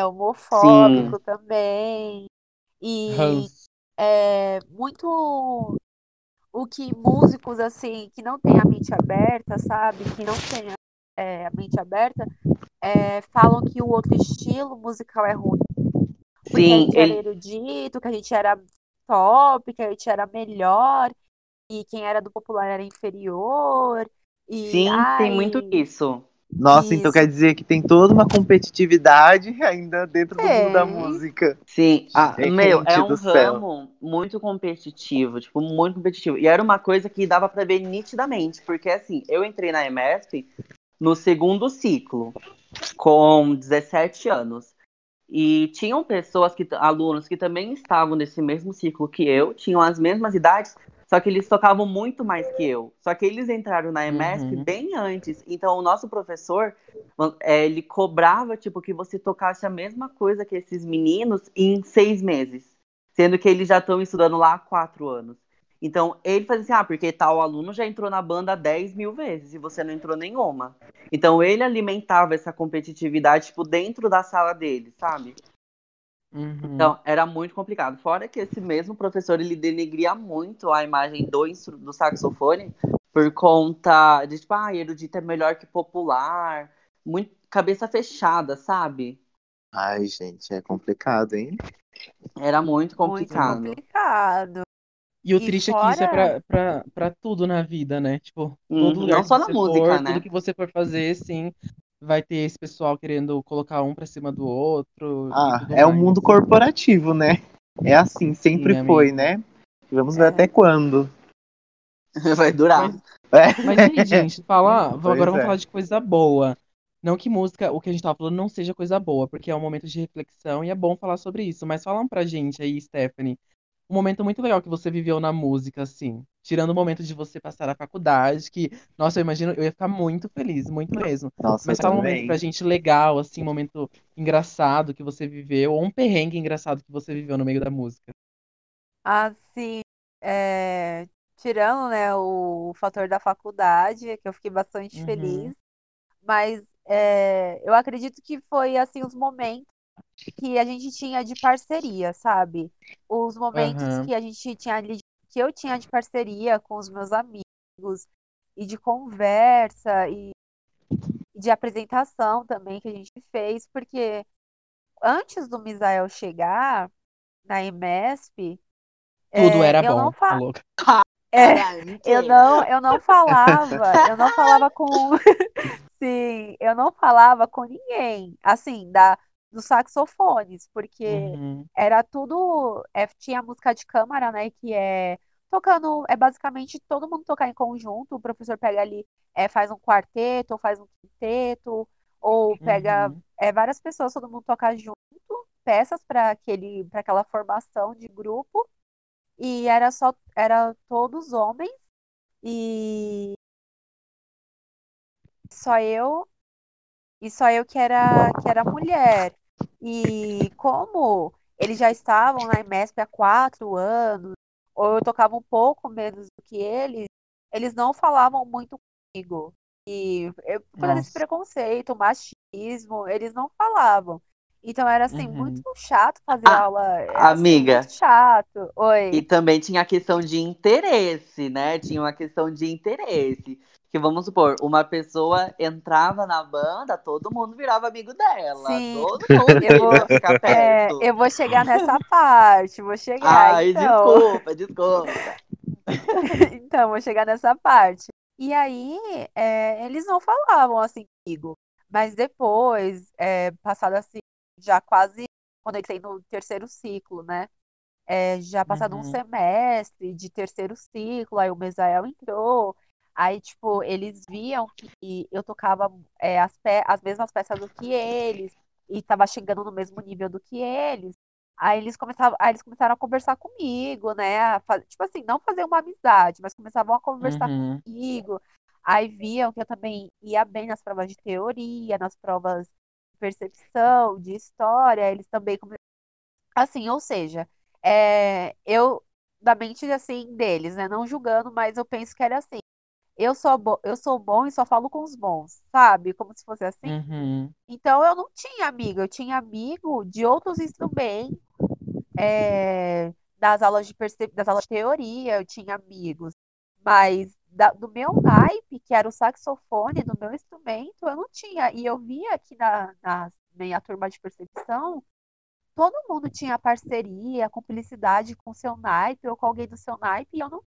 Sim, homofóbico também. E Hans. é muito o que músicos assim que não têm a mente aberta, sabe? Que não têm é, a mente aberta, é, falam que o outro estilo musical é ruim, porque a sim, gente era ele. erudito, que a gente era top, que a gente era melhor, e quem era do popular era inferior, e Sim, tem muito ai, isso. Nossa, então isso quer dizer que tem toda uma competitividade ainda dentro do mundo da tem. música. Sim, a- meu, é Gente um do céu. ramo muito competitivo, tipo, muito competitivo. E era uma coisa que dava pra ver nitidamente, porque assim, eu entrei na EMESP no segundo ciclo, com dezessete anos. E tinham pessoas que, alunos que também estavam nesse mesmo ciclo que eu, tinham as mesmas idades, só que eles tocavam muito mais que eu. Só que eles entraram na EMESP Uhum. bem antes. Então o nosso professor, é, ele cobrava tipo que você tocasse a mesma coisa que esses meninos em seis meses, sendo que eles já estão estudando lá há quatro anos. Então ele fazia assim, ah, porque tal aluno já entrou na banda dez mil vezes e você não entrou nenhuma. Então ele alimentava essa competitividade, tipo, dentro da sala dele, sabe? Uhum. Então, era muito complicado. Fora que esse mesmo professor, ele denegria muito a imagem do, instru- do saxofone por conta de, tipo, ah, erudito é melhor que popular. Muito cabeça fechada, sabe? Ai, gente, é complicado, hein? Era muito Muito complicado. complicado. E o E triste é que isso é fora, pra, pra, pra tudo na vida, né? Tipo, todo Uhum. lugar Não que só na você for, música, tudo né? que você for fazer, sim, vai ter esse pessoal querendo colocar um pra cima do outro e Ah, tudo é o mais. mundo corporativo, né? É assim, sempre Sim, foi, amigo. né? Vamos ver até é, quando. Vai Mas, durar. mas e aí, É. gente, fala, agora Pois vamos falar é. de coisa boa. Não que música, o que a gente tava falando, não seja coisa boa, porque é um momento de reflexão e é bom falar sobre isso. Mas fala um pra gente aí, Stephanie, um momento muito legal que você viveu na música, assim. Tirando o momento de você passar a faculdade, que, nossa, eu imagino, eu ia ficar muito feliz, muito mesmo. Nossa, Mas fala um momento pra também. gente legal, assim, um momento engraçado que você viveu, ou um perrengue engraçado que você viveu no meio da música. assim, é, tirando, né, o fator da faculdade, que eu fiquei bastante Uhum. feliz, mas é, eu acredito que foi assim os momentos que a gente tinha de parceria, sabe? Os momentos Aham. que a gente tinha ali, que eu tinha de parceria com os meus amigos e de conversa e de apresentação também que a gente fez, porque antes do Misael chegar na EMESP, Tudo é, era eu não bom, a fa... louca. é, Caralho, eu mentira. não, eu não falava, eu não falava com, sim, eu não falava com ninguém, assim, da dos saxofones, porque Uhum. era tudo, é, tinha música de câmara, né, que é tocando, é basicamente todo mundo tocar em conjunto, o professor pega ali, é, faz um quarteto, ou faz um quinteto, ou pega, Uhum. é, várias pessoas, todo mundo toca junto, peças para aquele, para aquela formação de grupo, e era só, era todos homens, e só eu e só eu que era que era mulher. E como eles já estavam na EMESP há quatro anos, ou eu tocava um pouco menos do que eles, eles não falavam muito comigo. E eu, por causa desse Nossa. preconceito, machismo, eles não falavam. Então era assim muito Uhum. chato fazer Ah, aula, era assim muito amiga, chato. e Oi. também tinha a questão de interesse, né? Tinha uma questão de interesse. Que vamos supor, uma pessoa entrava na banda, todo mundo virava amigo dela. Sim, Todo mundo eu queria vou ficar é, perto. eu vou chegar nessa parte, vou chegar. Ai, Então, desculpa, desculpa. então, vou chegar nessa parte. E aí, é, eles não falavam assim comigo. Mas depois, é, passado assim, já quase quando eu entrei no terceiro ciclo, né? É, já passado um Uhum. semestre de terceiro ciclo, aí o Mesael entrou. Aí, tipo, eles viam que eu tocava é, as, pe as mesmas peças do que eles, e tava chegando no mesmo nível do que eles. Aí eles começavam, aí eles começaram a conversar comigo, né? A fa- tipo assim, não fazer uma amizade, mas começavam a conversar Uhum. comigo. Aí viam que eu também ia bem nas provas de teoria, nas provas de percepção, de história. Eles também assim, ou seja, é, eu, da mente assim deles, né? Não julgando, mas eu penso que era assim. Eu sou, bo eu sou bom e só falo com os bons, sabe? Como se fosse assim. Uhum. Então eu não tinha amigo, eu tinha amigo de outros instrumentos, é, das aulas de perce- das aulas de teoria, eu tinha amigos. Mas da- do meu naipe, que era o saxofone, do meu instrumento, eu não tinha. E eu via aqui na, na minha turma de percepção todo mundo tinha parceria, cumplicidade com o seu naipe ou com alguém do seu naipe, e eu não.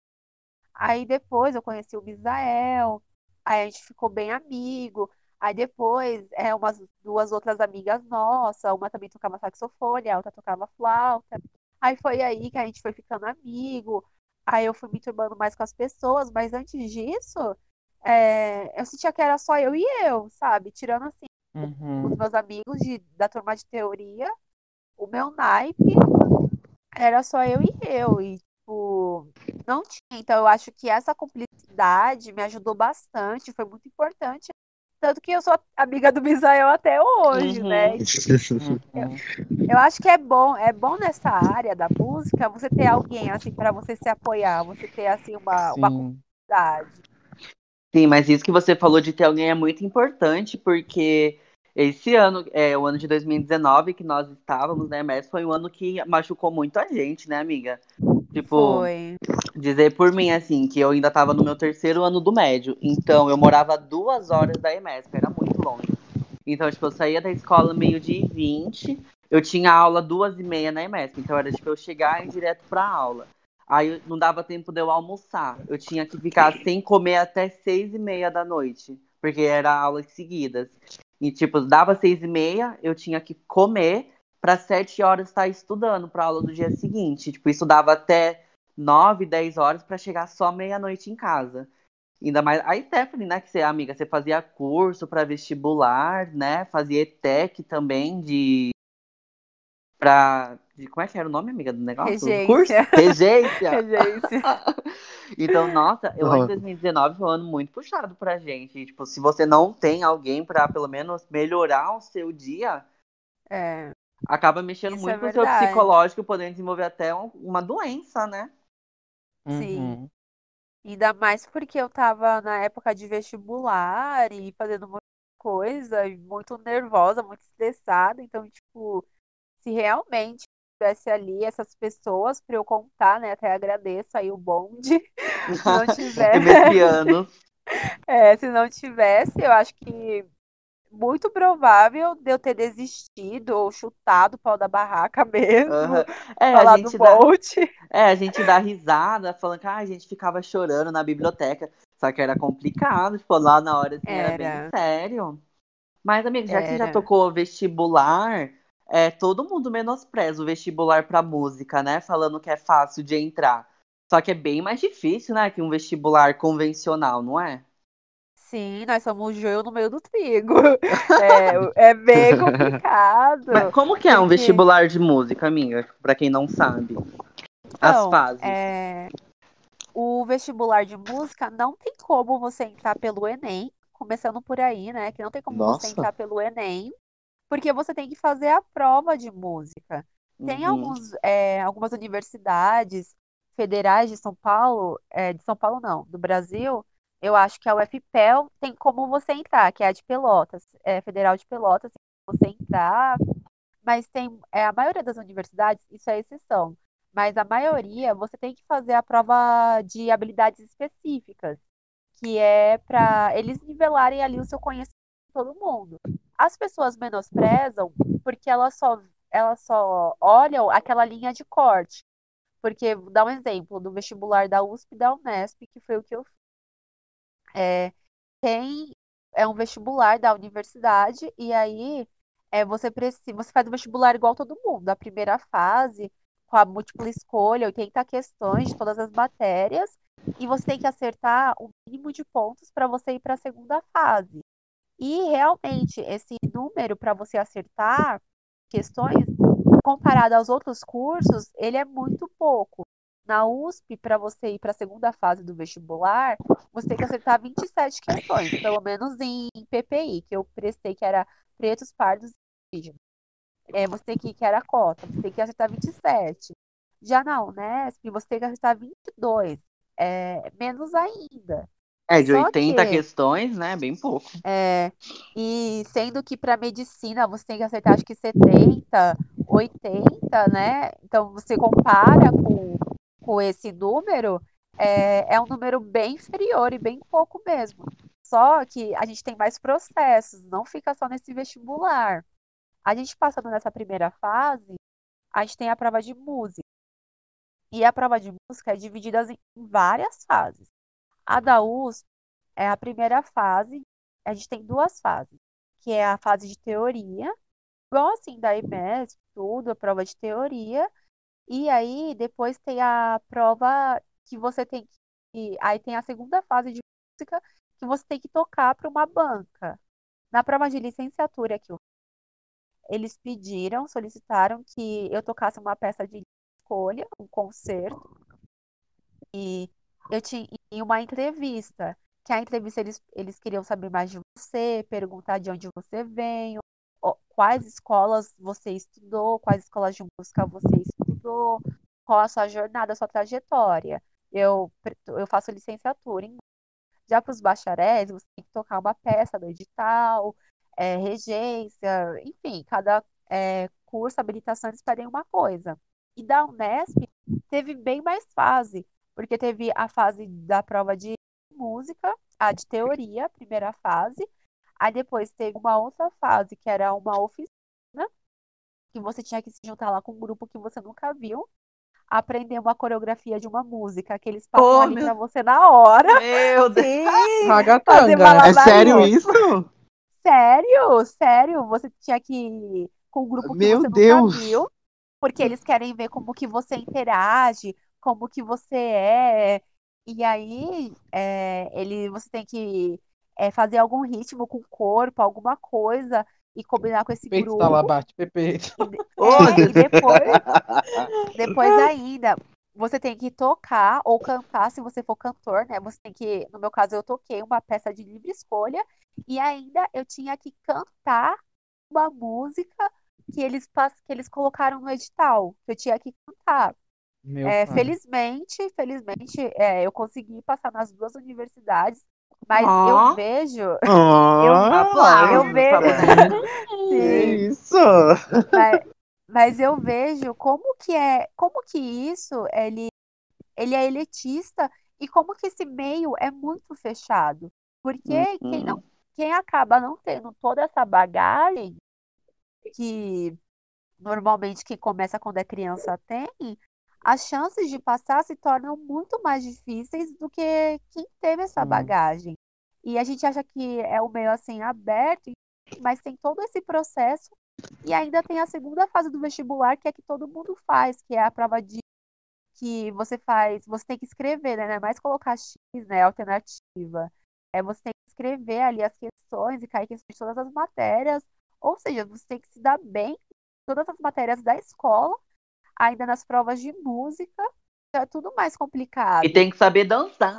Aí depois eu conheci o Misael, aí a gente ficou bem amigo. Aí depois, é, umas duas outras amigas nossas, uma também tocava saxofone, a outra tocava flauta. Aí foi aí que a gente foi ficando amigo. Aí eu fui me turbando mais com as pessoas, mas antes disso, é, eu sentia que era só eu e eu, sabe? Tirando assim, os Uhum. meus amigos de, da turma de teoria, o meu naipe era só eu e eu. E, tipo, não tinha. Então, eu acho que essa cumplicidade me ajudou bastante, foi muito importante. Tanto que eu sou amiga do Misael até hoje, né? Uhum. Eu, Uhum. eu acho que é bom, é bom nessa área da música você ter alguém, assim, para você se apoiar, você ter, assim, uma, uma Sim. cumplicidade. Sim, mas isso que você falou de ter alguém é muito importante, porque esse ano, é, o ano de dois mil e dezenove que nós estávamos, né, mas foi um ano que machucou muito a gente, né, amiga? Tipo, Foi. dizer por mim, assim, que eu ainda estava no meu terceiro ano do médio, então eu morava a duas horas da EMESP, era muito longe. Então, tipo, eu saía da escola meio-dia e vinte, eu tinha aula duas e meia na EMESP, então era tipo eu chegar e ir direto pra aula. Aí não dava tempo de eu almoçar, eu tinha que ficar sem comer até seis e meia da noite, porque era aulas seguidas. E, tipo, dava seis e meia, eu tinha que comer para sete horas estar estudando para aula do dia seguinte. Tipo, isso dava até nove, dez horas para chegar só meia-noite em casa. Ainda mais a Stephanie, né? Que você, amiga, você fazia curso para vestibular, né? Fazia ETEC também de para de como é que era o nome, amiga, do negócio? Do curso? Regência. Regência. Regência. Então, nossa, o ano de Nossa. dois mil e dezenove foi um ano muito puxado pra gente. E, tipo, se você não tem alguém pra pelo menos melhorar o seu dia, É, acaba mexendo isso é muito com o seu verdade. psicológico, podendo desenvolver até um- uma doença, né? Sim. Uhum. Ainda mais porque eu tava na época de vestibular e fazendo coisa, e muito nervosa, muito estressada. Então, tipo, se realmente tivesse ali essas pessoas para eu contar, né? Até agradeço aí o bonde. Se não tiver, Remesquianos. é, se não tivesse, eu acho que muito provável de eu ter desistido ou chutado o pau da barraca mesmo, Aham. É, a falar do gente dá, Bolt. é, a gente dá risada, falando que ah, a gente ficava chorando na biblioteca. Só que era complicado, tipo, lá na hora assim, era bem Era, sério. Mas, amigo, já que já era. tocou vestibular, é, todo mundo menospreza o vestibular pra música, né? Falando que é fácil de entrar. Só que é bem mais difícil, né, que um vestibular convencional, não é? Sim, nós somos joio no meio do trigo. É, é bem Mas complicado, como que é um porque, vestibular de música, amiga? Pra quem não sabe. As então, fases. é, o vestibular de música não tem como você entrar pelo Enem, começando por aí, né? Que não tem como você Nossa, entrar pelo Enem, porque você tem que fazer a prova de música. Tem Uhum. alguns, é, algumas universidades federais de São Paulo, é, de São Paulo não, do Brasil, eu acho que a U F P E L tem como você entrar, que é a de Pelotas, é, Federal de Pelotas, tem como você entrar, mas tem, é, a maioria das universidades, isso é exceção, mas a maioria você tem que fazer a prova de habilidades específicas, que é para eles nivelarem ali o seu conhecimento de todo mundo. As pessoas menosprezam porque elas só, elas só olham aquela linha de corte. Porque, vou dar um exemplo, do vestibular da U S P e da Unesp, que foi o que eu fiz. É, tem, é um vestibular da universidade, e aí é, você precisa, você faz o vestibular igual todo mundo, a primeira fase, com a múltipla escolha, oitenta questões de todas as matérias, e você tem que acertar o mínimo de pontos para você ir para a segunda fase. E realmente, esse número para você acertar questões, comparado aos outros cursos, ele é muito pouco. Na U S P, para você ir para a segunda fase do vestibular, você tem que acertar vinte e sete questões, pelo menos em P P I, que eu prestei, que era pretos, pardos e indígenas. É, você tem que, que era a cota, você tem que acertar vinte e sete. Já na Unesp, você tem que acertar vinte e dois, é, menos ainda. É, de Só oitenta que questões, né? Bem pouco. é, e sendo que para medicina você tem que acertar acho que setenta, oitenta, né? Então você compara com, com esse número, é, é um número bem inferior e bem pouco mesmo. Só que a gente tem mais processos, não fica só nesse vestibular. A gente passando nessa primeira fase, a gente tem a prova de música. E a prova de música é dividida em várias fases. A da U S P é a primeira fase, a gente tem duas fases, que é a fase de teoria, igual assim da I M E S, tudo, a prova de teoria, e aí depois tem a prova que você tem que. Aí tem a segunda fase de música que você tem que tocar para uma banca. Na prova de licenciatura que eu- eles pediram, solicitaram que eu tocasse uma peça de escolha, um concerto. E eu tinha em uma entrevista, que a entrevista eles, eles queriam saber mais de você, perguntar de onde você veio, ó, quais escolas você estudou, quais escolas de música você estudou, qual a sua jornada, a sua trajetória. Eu, pre- eu faço licenciatura. Em- Já para os bacharéis, você tem que tocar uma peça do edital, é, regência, enfim, cada é, curso, habilitação, eles pedem uma coisa. E da Unesp teve bem mais fase, porque teve a fase da prova de música, a de teoria, a primeira fase, aí depois teve uma outra fase, que era uma oficina, que você tinha que se juntar lá com um grupo que você nunca viu, aprender uma coreografia de uma música, que eles passam Oh, ali meu, pra você na hora, meu Deus. sim, fazer Ragatanga, né? é sério malabarismo. isso? Sério, sério, você tinha que ir com um grupo que Meu você nunca Deus! viu, porque eles querem ver como que você interage, como que você é. E aí, é, ele, você tem que é, fazer algum ritmo com o corpo, alguma coisa, e combinar com esse Peito, grupo. talabate, pepeito. E, de- Oh, é, e Deus. depois, depois ainda, você tem que tocar ou cantar, se você for cantor, né? Você tem que, no meu caso, eu toquei uma peça de livre escolha, e ainda eu tinha que cantar uma música que eles, pass- que eles colocaram no edital, que eu tinha que cantar. Meu É, pai. felizmente, felizmente, é, eu consegui passar nas duas universidades Mas eu Ó, vejo, eu, eu aplausos pra vejo, boneca. Que sim, isso? mas, mas eu vejo como que é, como que isso ele, ele é elitista e como que esse meio é muito fechado. Porque quem não, Uhum. quem acaba não tendo toda essa bagagem que normalmente quem começa quando é criança tem, as chances de passar se tornam muito mais difíceis do que quem teve essa Sim. bagagem. E a gente acha que é o meio assim aberto, mas tem todo esse processo e ainda tem a segunda fase do vestibular, que é que todo mundo faz, que é a prova de que você faz, você tem que escrever, né? Não é mais colocar X, né? Alternativa. É você tem que escrever ali as questões e cair questões de todas as matérias. Ou seja, você tem que se dar bem em todas as matérias da escola, ainda nas provas de música. Então é tudo mais E complicado. tem que saber dançar.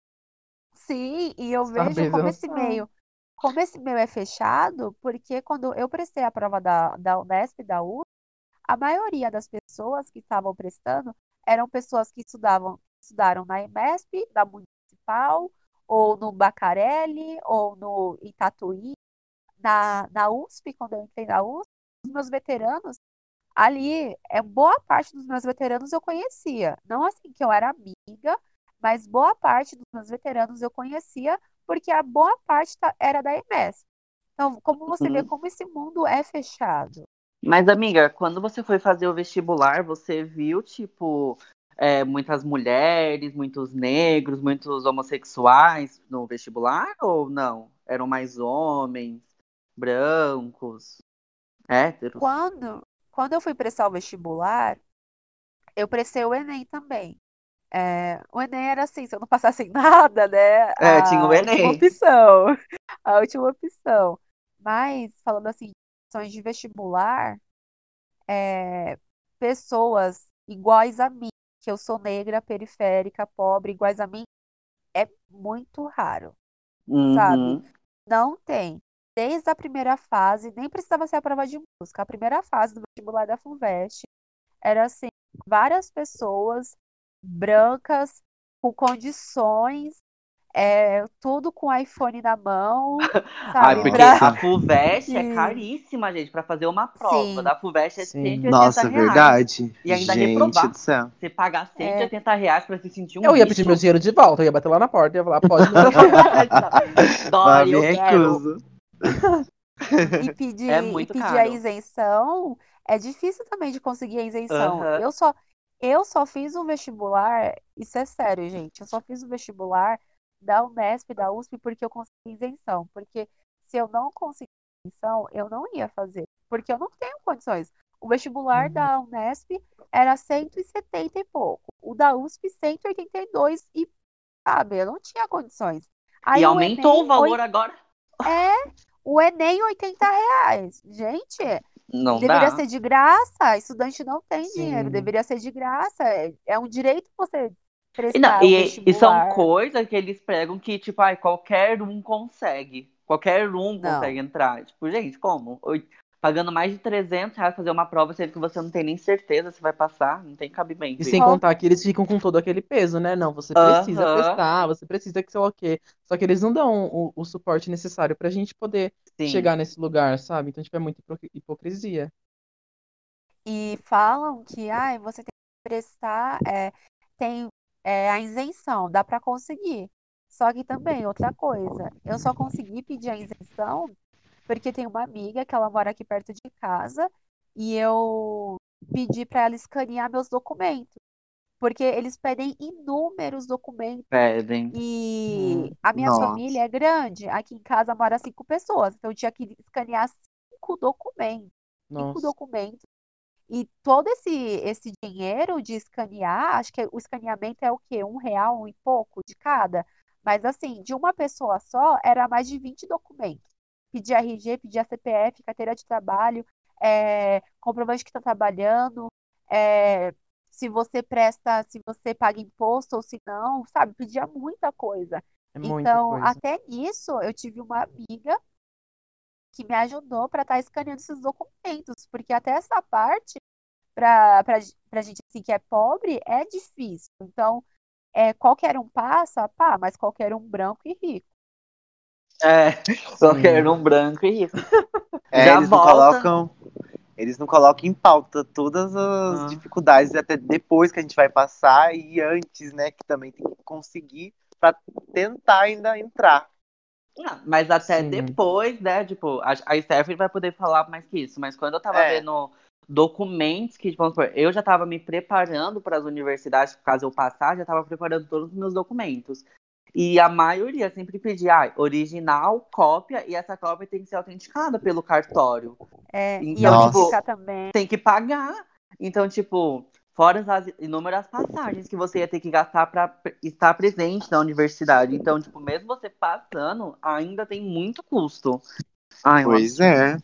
Sim, e eu vejo Saber como esse dançar. meio, como esse meio é fechado, porque quando eu prestei a prova da, da Unesp e da U, a maioria das pessoas que estavam prestando eram pessoas que estudavam, estudaram na EMESP, da Municipal, ou no Bacarelli, ou no em Tatuí, na, na U S P, quando eu entrei na U S P, os meus veteranos, ali, é boa parte dos meus veteranos eu conhecia. Não assim que eu era amiga, mas boa parte dos meus veteranos eu conhecia, porque a boa parte ta- era da EMESP. Então, como você vê Uhum. como esse mundo é fechado. Mas, amiga, quando você foi fazer o vestibular, você viu, tipo, é, muitas mulheres, muitos negros, muitos homossexuais no vestibular ou não? Eram mais homens, brancos, héteros? Quando, quando eu fui prestar o vestibular, eu prestei o Enem também. É, o Enem era assim, se eu não passasse em nada, né? É, tinha o A última Enem. opção. A última opção. Mas, falando assim, de opções de vestibular, é, pessoas iguais a mim, que eu sou negra, periférica, pobre, iguais a mim, é muito raro, sabe? Uhum. Não tem. Desde a primeira fase, nem precisava ser a prova de música. A primeira fase do vestibular da FUVEST era assim, várias pessoas brancas, com condições, é, tudo com iPhone na mão, Ai, sabe? porque Pra... Nossa, a FUVEST é Sim, caríssima, gente, pra fazer uma prova. sim, Da FUVEST é cento e Sim. oitenta nossa, reais. verdade? E ainda Gente do reprovar. céu. Você pagar cento e é, oitenta reais pra se sentir um Eu ia pedir meu lixo? dinheiro de volta, eu ia bater lá na porta e ia falar, pode me devolver. Dói, Mas me eu quero. recuso. e É pedir, e muito pedir a caro. isenção é difícil também de conseguir a isenção. Aham. Eu só, eu só fiz o vestibular, isso é sério, gente, eu só fiz o vestibular da Unesp, da U S P, porque eu consegui isenção. Porque se eu não conseguisse isenção, eu não ia fazer, porque eu não tenho condições. O vestibular Uhum. da Unesp era cento e setenta e pouco, o da U S P cento e oitenta e dois e, sabe, eu não tinha condições. E Aí o aumentou o Enem, valor agora. é, o Enem, oitenta reais. Gente, Não deveria dá. ser de graça. Estudante não tem dinheiro, Sim. deveria ser de graça. É, é um direito você E, não, prestar o e, e são vestibular. coisas que eles pregam que, tipo, ai, qualquer um consegue. Qualquer um consegue Não, entrar. Tipo, gente, como? Oi- Pagando mais de trezentos reais fazer uma prova, sendo que você não tem nem certeza se vai passar. Não tem E cabimento sem isso. como contar que eles ficam com todo aquele peso, né? Não, você precisa Aham, prestar, você precisa que sei lá o quê. Só que eles não dão o, o suporte necessário pra gente poder sim. chegar nesse lugar, sabe? Então, tipo, é muita hipo- hipocrisia. e falam que ai, você tem que prestar, é, tem é, a isenção, dá para conseguir. Só que também, outra coisa, eu só consegui pedir a isenção porque tem uma amiga que ela mora aqui perto de casa e eu pedi para ela escanear meus documentos, porque eles pedem inúmeros documentos Pedem. e Hum, a minha família Nossa. é grande. Aqui em casa mora cinco pessoas, então eu tinha que escanear cinco documentos, cinco nossa. documentos. E todo esse esse dinheiro de escanear, acho que o escaneamento é o quê? Um real, um e pouco de cada. Mas assim, de uma pessoa só, era mais de vinte documentos. Pedir R G, pedir C P F, carteira de trabalho, é, comprovante que está trabalhando, é, se você presta, se você paga imposto ou se não, sabe? Pedia muita coisa. É muita Então, coisa. até nisso, eu tive uma amiga que me ajudou para estar escaneando esses documentos, porque até essa parte para para gente assim, que é pobre é difícil. Então, é, qualquer um passa, pá, mas qualquer um branco e rico. É, só Sim. quero um branco e isso. É, Já eles não volta. colocam. Eles não colocam em pauta todas as Ah. dificuldades, até depois que a gente vai passar e antes, né? Que também tem que conseguir pra tentar ainda entrar. Ah, mas até Sim. depois, né? Tipo, a, a Stephanie vai poder falar mais que isso. Mas quando eu tava É. vendo documentos que, vamos supor, eu já tava me preparando para as universidades, caso eu passar, já tava preparando todos os meus documentos. E a maioria sempre pedia, ah, original, cópia, e essa cópia tem que ser autenticada pelo cartório. É, e Então, tipo, autenticar também. tem que pagar. Então, tipo, fora as inúmeras passagens que você ia ter que gastar para estar presente na universidade. Então, tipo, mesmo você passando, ainda tem muito custo. Ai, Pois um é.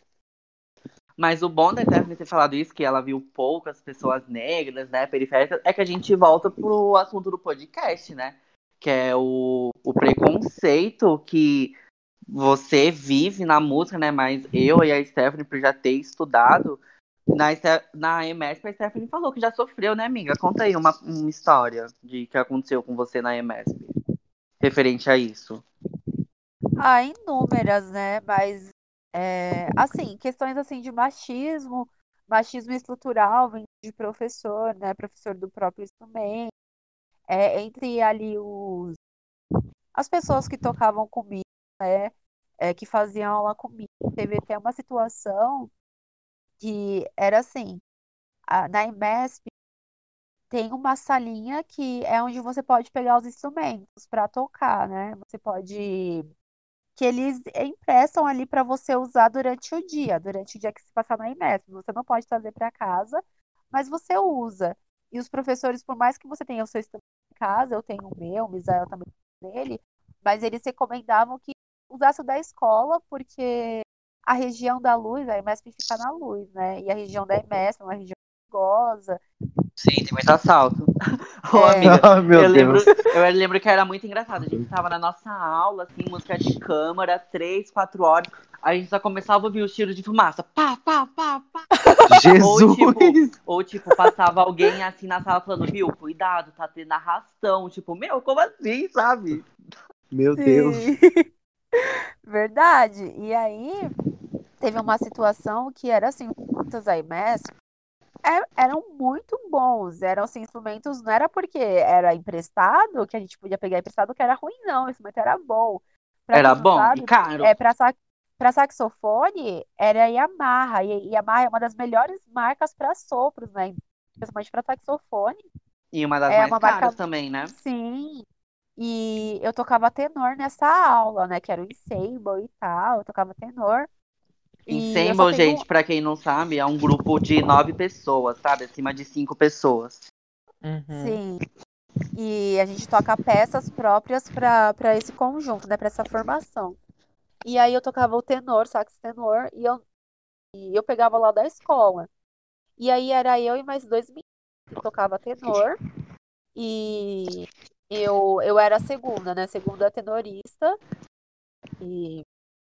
Mas o bom da Stephanie ter falado isso, que ela viu poucas pessoas negras, né, periféricas, é que a gente volta pro assunto do podcast, né? Que é o, o preconceito que você vive na música, né? Mas eu e a Stephanie, por já ter estudado, na, na E M E S P, a Stephanie falou que já sofreu, né, amiga? Conta aí uma, uma história de que aconteceu com você na E M E S P, referente a isso. Ah, inúmeras, né? Mas, é, assim, questões assim de machismo, machismo estrutural, vem de professor, né? Professor do próprio instrumento, é, entre ali os, as pessoas que tocavam comigo, né? É, que faziam aula comigo. Teve até uma situação que era assim, a- na E M E S P tem uma salinha que é onde você pode pegar os instrumentos para tocar, né? Você pode que eles emprestam ali para você usar durante o dia, durante o dia que se passar na E M E S. Você não pode trazer para casa, mas você usa. E os professores, por mais que você tenha o seu instrumento em casa, eu tenho o meu, o Misael também tem dele, mas eles recomendavam que usasse o da escola, porque a região da luz, a E M E S P fica na luz, né? E a região da E M E S é uma região perigosa. Sim, tem muito assalto. Ô, É, amiga, Ai, meu eu lembro, Deus. eu lembro que era muito engraçado. A gente tava na nossa aula, assim, música de câmara, três, quatro horas. A gente só começava a ouvir o tiro de fumaça. Pá, pá, pá, pá. Ou tipo, Jesus! ou tipo, passava alguém assim na sala falando, viu, cuidado, tá tendo arrastão. Tipo, meu, como assim, sabe? Meu Deus. sim. Verdade. E aí, teve uma situação que era assim, os I M E S é- eram muito bons, eram assim, instrumentos, não era porque era emprestado, que a gente podia pegar emprestado, que era ruim, não, o instrumento era bom. Pra Era quem não bom e sabe, caro. é, pra, sa pra saxofone, era a Yamaha, e Yamaha é uma das melhores marcas para sopros, né? Principalmente para saxofone, E uma das é mais uma caras marca, também, né? sim, e eu tocava tenor nessa aula, né, que era o ensemble e tal, eu tocava tenor, e eu só Ensemble, tenho gente, pra quem não sabe, é um grupo de nove pessoas, sabe? Acima de cinco pessoas. Uhum. sim, e a gente toca peças próprias para para esse conjunto, né, para essa formação. E aí eu tocava o tenor, sax tenor, e eu, e eu pegava lá da escola. E aí era eu e mais dois meninos que tocava tenor, e eu, eu era a segunda, né, segunda tenorista. E,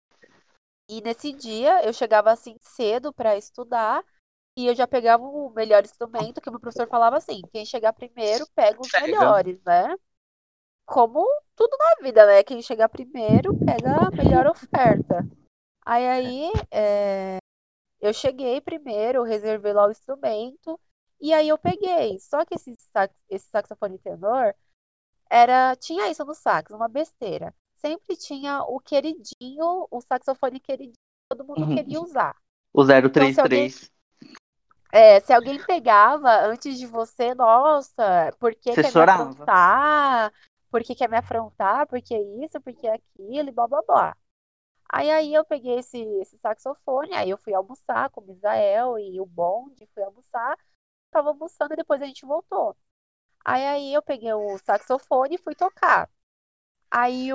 e nesse dia eu chegava assim cedo para estudar, e eu já pegava o melhor instrumento, que o meu professor falava assim, quem chegar primeiro pega os Pega. melhores, né? Como tudo na vida, né? Quem chegar primeiro pega a melhor oferta. Aí, aí é, eu cheguei primeiro, eu reservei lá o instrumento, e aí eu peguei. Só que esse, sax, esse saxofone tenor era, tinha isso no sax, uma besteira. Sempre tinha o queridinho, o saxofone queridinho, que todo mundo queria usar. O zero Então, três se alguém, três. é, se alguém pegava antes de você, nossa, por que Você quer me chorava. afrontar? Por que quer me afrontar? Por que isso? Por que aquilo? E blá blá blá. Aí, aí eu peguei esse, esse saxofone, aí eu fui almoçar com o Misael e o bonde, fui almoçar, tava almoçando e depois a gente voltou. Aí, aí eu peguei o saxofone e fui tocar. Aí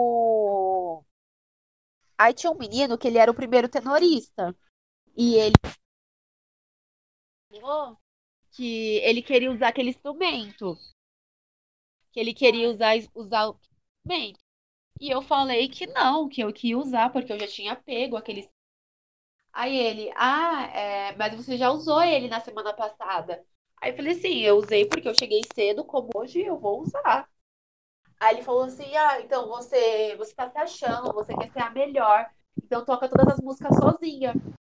o. Aí tinha um menino que ele era o primeiro tenorista. E ele falou que ele queria usar aquele instrumento. Que ele queria usar, usar o instrumento. E eu falei que não, que eu que ia usar, porque eu já tinha pego aquele. Aí ele, ah, é, mas você já usou ele na semana passada. Aí eu falei, sim, eu usei porque eu cheguei cedo, como hoje eu vou usar. Aí ele falou assim, ah, então você, você tá se achando, você quer ser a melhor, então toca todas as músicas sozinha.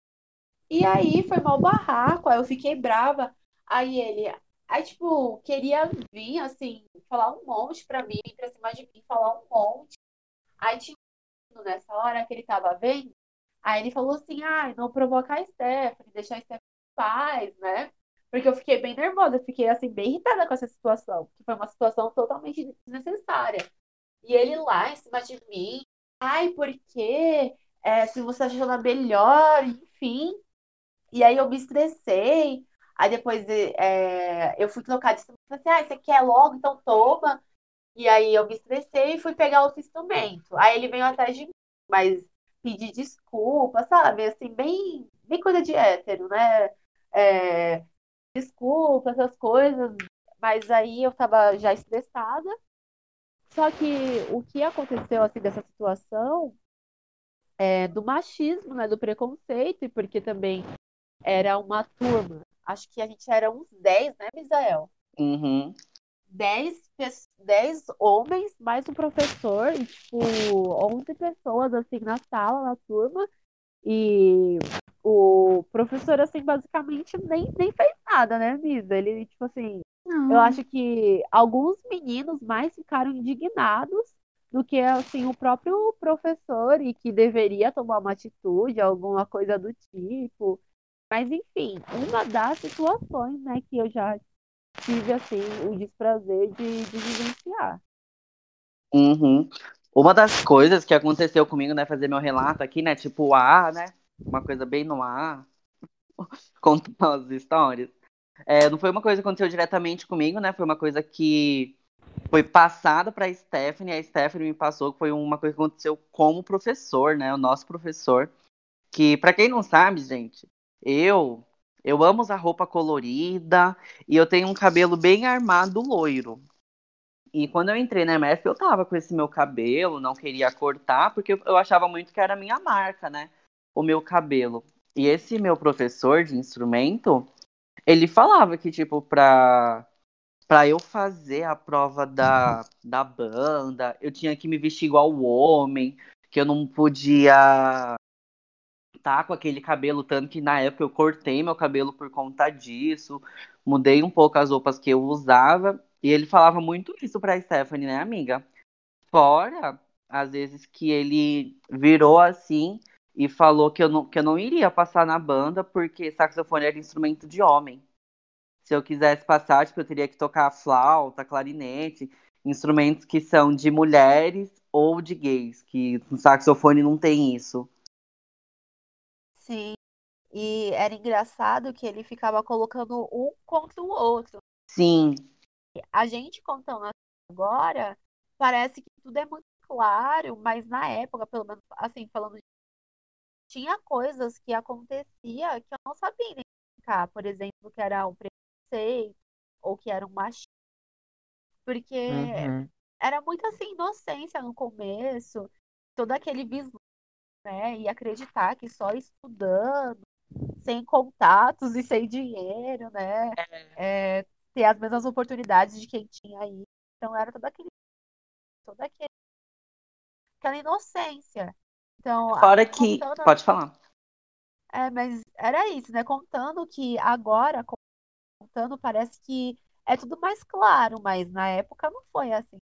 E aí foi mal barraco, aí eu fiquei brava. Aí ele, aí tipo, queria vir, assim, falar um monte pra mim, pra cima de mim, falar um monte. Aí tinha um nessa hora que ele tava vendo, aí ele falou assim, ah, não provocar a Stephanie, deixar a Stephanie em paz, né? Porque eu fiquei bem nervosa, eu fiquei, assim, bem irritada com essa situação, que foi uma situação totalmente desnecessária. E ele lá em cima de mim, ai, por quê? É, se você achou ela melhor, enfim. E aí eu me estressei. Aí depois é, eu fui trocar de instrumento. Falei assim, ah, você quer logo? Então toma. E aí eu me estressei e fui pegar outro instrumento. Aí ele veio atrás de mim, mas pedir desculpa, sabe? Assim, bem, bem coisa de hétero, né? É, desculpa, essas coisas. Mas aí eu tava já estressada. Só que o que aconteceu, assim, dessa situação é do machismo, né? Do preconceito, e porque também era uma turma. Acho que a gente era uns dez, né, Misael? Uhum. Dez, pes- dez homens, mais um professor, e tipo, onze pessoas assim na sala, na turma. E o professor, assim, basicamente nem, nem fez nada, né, Misa? Ele, tipo assim, eu Não. acho que alguns meninos mais ficaram indignados do que, assim, o próprio professor e que deveria tomar uma atitude, alguma coisa do tipo. Mas, enfim, uma das situações, né, que eu já tive, assim, o desprazer de, de vivenciar. Uhum. Uma das coisas que aconteceu comigo, né, fazer meu relato aqui, né, tipo A, né, uma coisa bem no ar, contar as histórias. É, não foi uma coisa que aconteceu diretamente comigo, né, foi uma coisa que foi passada para a Stephanie, a Stephanie me passou, que foi uma coisa que aconteceu como professor, né, o nosso professor, que, para quem não sabe, gente, eu, eu amo usar roupa colorida e eu tenho um cabelo bem armado loiro. E quando eu entrei na M F, eu tava com esse meu cabelo, não queria cortar, porque eu eu achava muito que era a minha marca, né? O meu cabelo. E esse meu professor de instrumento, ele falava que, tipo, pra, pra eu fazer a prova da, da banda, eu tinha que me vestir igual o homem, que eu não podia estar com aquele cabelo, tanto que na época eu cortei meu cabelo por conta disso, mudei um pouco as roupas que eu usava, e ele falava muito isso pra Stephanie, né, amiga? Fora, às vezes, que ele virou assim e falou que eu não, que eu não iria passar na banda porque saxofone era instrumento de homem. Se eu quisesse passar, tipo, eu teria que tocar flauta, clarinete, instrumentos que são de mulheres ou de gays, que no saxofone não tem isso. Sim, e era engraçado que ele ficava colocando um contra o outro. Sim, A gente contando agora, parece que tudo é muito claro, mas na época, pelo menos, assim, falando, tinha coisas que acontecia que eu não sabia identificar. Por exemplo, que era um preconceito ou que era um machismo, porque Uhum. era muito assim, inocência no começo, todo aquele vislumbre, né? E acreditar que só estudando, sem contatos e sem dinheiro, né? É, ter as mesmas oportunidades de quem tinha aí. Então era todo aquele, toda aquele, aquela inocência. Então, a- fora que. contando, Pode falar. é, mas era isso, né? Contando que agora, contando, parece que é tudo mais claro, mas na época não foi assim.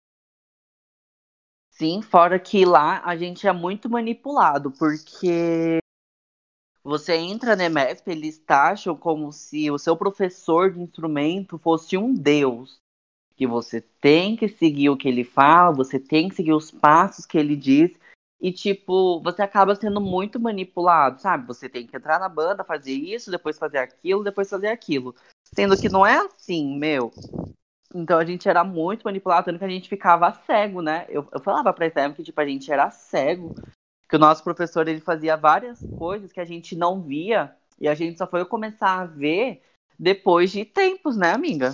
Sim, fora que lá a gente é muito manipulado, porque você entra na M F, eles taxam como se o seu professor de instrumento fosse um deus. Que você tem que seguir o que ele fala, você tem que seguir os passos que ele diz. E, tipo, você acaba sendo muito manipulado, sabe? Você tem que entrar na banda, fazer isso, depois fazer aquilo, depois fazer aquilo. Sendo que não é assim, meu. Então a gente era muito manipulado, tanto que a gente ficava cego, né? Eu, eu falava pra Esther que, tipo, a gente era cego. Que o nosso professor, ele fazia várias coisas que a gente não via. E a gente só foi começar a ver depois de tempos, né, amiga?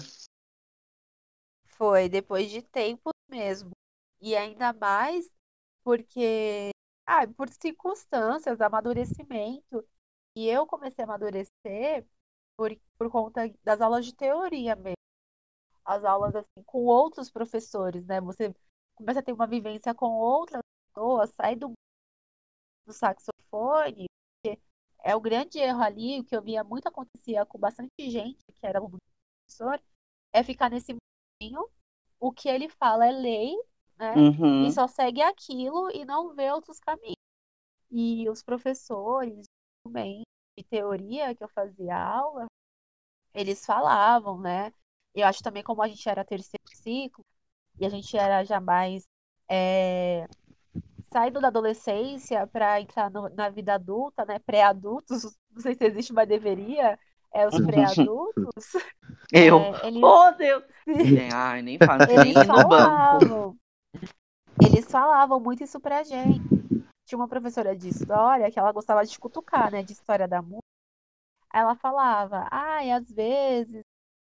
Foi depois de tempo mesmo. E ainda mais porque, ah, por circunstâncias, amadurecimento. E eu comecei a amadurecer por, por conta das aulas de teoria mesmo. As aulas assim com outros professores, né? Você começa a ter uma vivência com outras pessoas, sai do, do saxofone, porque é o grande erro ali, o que eu via muito acontecia com bastante gente, que era o professor, é ficar nesse mundinho, o que ele fala é lei, né? E Uhum. só segue aquilo e não vê outros caminhos. E os professores também, de teoria que eu fazia aula, eles falavam, né? Eu acho também como a gente era terceiro ciclo, e a gente era já mais é, saindo da adolescência para entrar no- na vida adulta, né? Pré-adultos, não sei se existe, mas deveria, é os pré-adultos, Eu, é, eles, oh Deus! Gente, ai, nem falo, não sei nem eles ir no banco. falavam, eles falavam muito isso pra gente. Tinha uma professora de história que ela gostava de cutucar, né? De história da música. Ela falava, ai, às vezes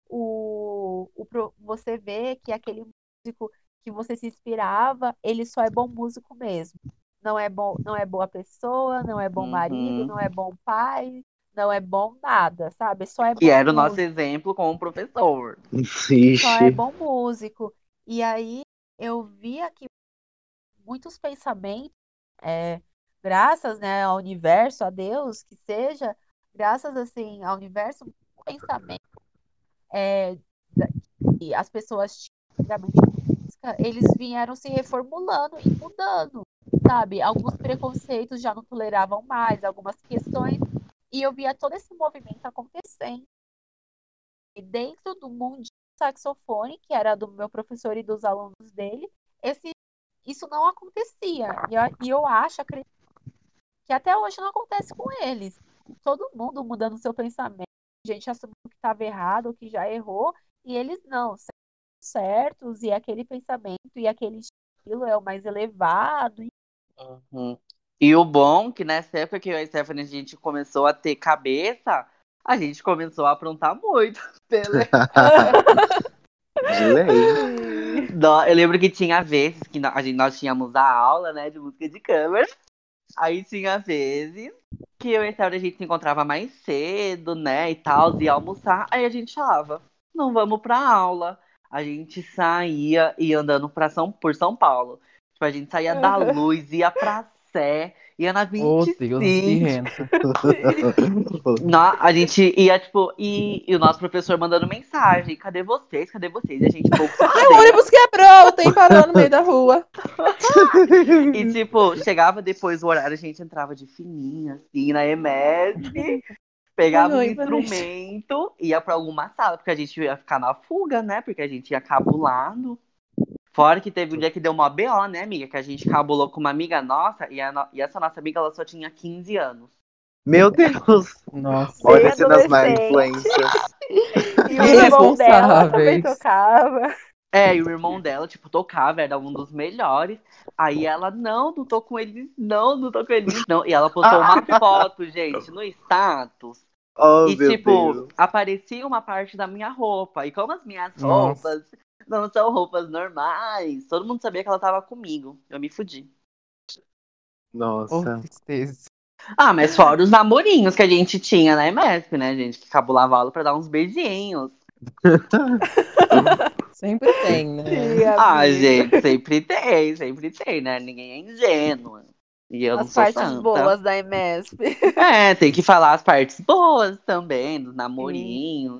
o, o, pro- você vê que aquele músico que você se inspirava, ele só é bom músico mesmo. Não é bom, não é boa pessoa, não é bom marido, Uhum. não é bom pai, não é bom nada, sabe? Só é Que bom era o nosso músico, exemplo como professor. só é Ixi. bom músico. E aí eu via que muitos pensamentos, é, graças, né, ao universo, a Deus, que seja, graças assim ao universo, muitos pensamentos é, da- que as pessoas tinham antigamente com música, eles vieram se reformulando e mudando, sabe? Alguns preconceitos já não toleravam mais, algumas questões, e eu via todo esse movimento acontecendo. E dentro do mundo de saxofone, que era do meu professor e dos alunos dele, esse, isso não acontecia. E eu, e eu acho, acredito, que até hoje não acontece com eles. Todo mundo mudando seu pensamento, gente assumindo que estava errado, que já errou, e eles não, certos, e aquele pensamento e aquele estilo é o mais elevado. E Uhum. E o bom que nessa época que eu e a Stephanie a gente começou a ter cabeça, a gente começou a aprontar muito. Beleza? De lei. Nó- Eu lembro que tinha vezes que nó- a gente, nós tínhamos a aula, né, de música de câmara. Aí tinha vezes que eu e a Stephanie a gente se encontrava mais cedo, né, e tal, ia almoçar. Aí a gente falava, não vamos pra aula. A gente saía e ia andando pra São, por São Paulo. Tipo, a gente saía da Luz, ia pra Sé, ia na Oh, Deus, as vinte e cinco. birrentas. Na, a gente ia, tipo, e, e o nosso professor mandando mensagem: cadê vocês? Cadê vocês? E a gente pouco se Ai, o fudendo. ônibus quebrou, tem parou no meio da rua. E, tipo, chegava depois do horário, a gente entrava de fininha, assim, na E M E S, Boa pegava um noite, boa noite. instrumento, ia pra alguma sala, porque a gente ia ficar na fuga, né? Porque a gente ia cabulado. Fora que teve um dia que deu uma B O, né, amiga? Que a gente cabulou com uma amiga nossa, e, a no- e essa nossa amiga, ela só tinha quinze anos. Meu Deus. Nossa. bem Olha, sendo as má adolescente, influências. e o irmão dela também Irresponsáveis. tocava. É, e o irmão dela, tipo, tocava, era um dos melhores. Aí ela, não, não tô com eles, não, não tô com eles, não. E ela postou uma foto, gente, no status. Oh, E, meu tipo, Deus. aparecia uma parte da minha roupa. E como as minhas Nossa. roupas não são roupas normais, todo mundo sabia que ela tava comigo. Eu me fudi. Oh, Nossa. tristeza. Ah, mas fora os namorinhos que a gente tinha na E M E S P, né, gente? Que cabulava aula pra dar uns beijinhos. Sempre tem, né? Sim, Ah, amiga. gente, sempre tem, sempre tem, né? Ninguém é ingênuo. E eu não As sou partes santa. boas da E M E S P. É, tem que falar as partes boas também, dos Sim. namorinhos.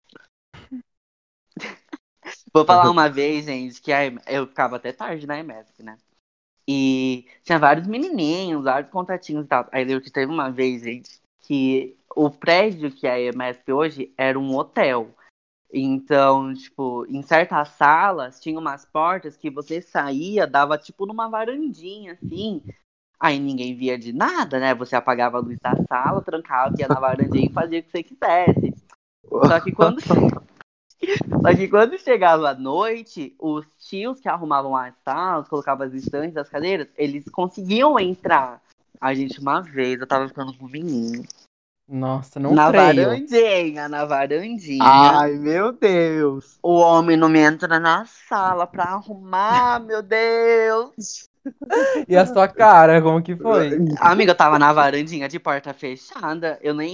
Vou falar uma vez, gente, que a E M eu ficava até tarde na E M E S P, né? E tinha vários menininhos, vários contatinhos e tal. Aí eu lembro que teve uma vez, gente, que o prédio que é a E M E S P hoje era um hotel. Então, tipo, em certas salas tinha umas portas que você saía, dava tipo numa varandinha, assim. Aí ninguém via de nada, né? Você apagava a luz da sala, trancava, ia na varandinha e fazia o que você quisesse. Só que quando, Só que quando chegava a noite, os tios que arrumavam as salas, colocavam as estantes, as cadeiras, eles conseguiam entrar. A gente, uma vez, eu tava ficando com o menino. Nossa, não Na creio. varandinha, na varandinha. Ai, meu Deus. O homem não me entra na sala pra arrumar, meu Deus. E a sua cara, como que foi? Amiga, eu tava na varandinha de porta fechada, eu nem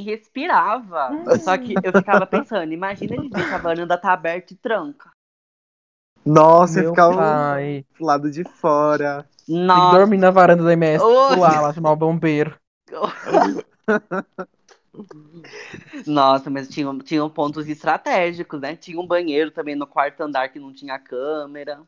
respirava. Só que eu ficava pensando, imagina ele ver que a varanda tá aberta e tranca. Nossa, eu Meu ficava pai. do lado de fora. Tem que Nossa. dormir na varanda da M S, Ô, pular lá, chamar o bombeiro. Nossa, mas tinham, tinham pontos estratégicos, né? Tinha um banheiro também no quarto andar que não tinha câmera.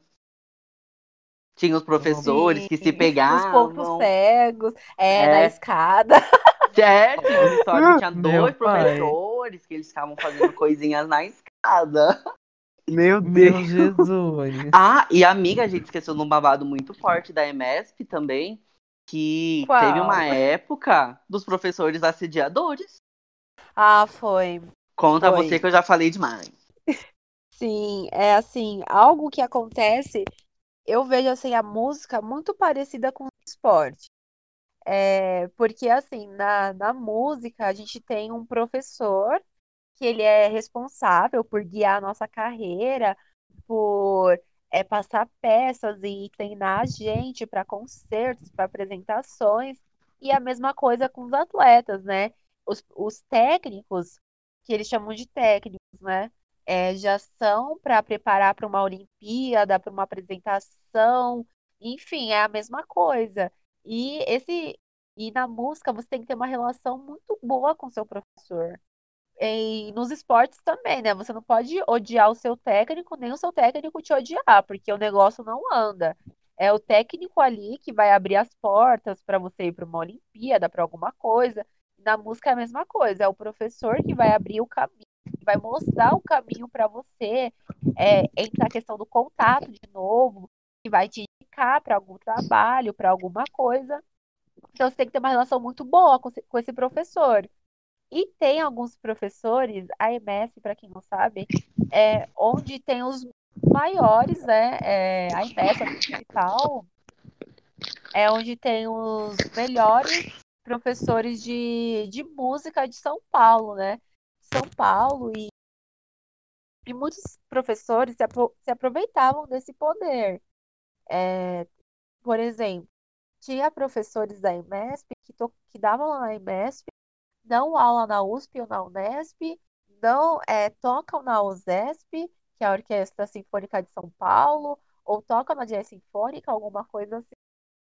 Tinha os professores Sim, que se os pontos pegavam. cegos, é, na É, escada. é, tinha uma história que tinha Meu dois pai. professores que eles ficavam fazendo coisinhas na escada. Meu Meu Deus. Jesus. Ah, e amiga, a gente esqueceu de um babado muito forte da M E S P também, que teve uma Qual? época dos professores assediadores. Ah, foi, Conta você foi. que eu já falei demais. Sim, é assim, algo que acontece, eu vejo assim a música muito parecida com o esporte. É, porque assim, na, na música a gente tem um professor que ele é responsável por guiar a nossa carreira, por é, passar peças e treinar a gente para concertos, para apresentações, e a mesma coisa com os atletas, né? Os, os técnicos, que eles chamam de técnicos, né? É, já são para preparar para uma Olimpíada, para uma apresentação, enfim, é a mesma coisa. E esse e na música você tem que ter uma relação muito boa com o seu professor. E nos esportes também, né? Você não pode odiar o seu técnico, nem o seu técnico te odiar, porque o negócio não anda. É o técnico ali que vai abrir as portas para você ir para uma Olimpíada, para alguma coisa. Na música é a mesma coisa, é o professor que vai abrir o caminho, que vai mostrar o caminho para você. É, entra a questão do contato de novo, que vai te indicar para algum trabalho, para alguma coisa. Então você tem que ter uma relação muito boa com esse, com esse professor. E tem alguns professores, a E M E S, para quem não sabe, é onde tem os maiores, né? É, a E M E S, a principal, é onde tem os melhores professores de, de música de São Paulo, né? São Paulo, e, e muitos professores se, apro- se aproveitavam desse poder. É, por exemplo, tinha professores da E M E S P que, to- que davam lá na E M E S P, dão aula na U S P ou na Unesp, não é, tocam na U S E S P, que é a Orquestra Sinfônica de São Paulo, ou tocam na Jazz Sinfônica, alguma coisa assim.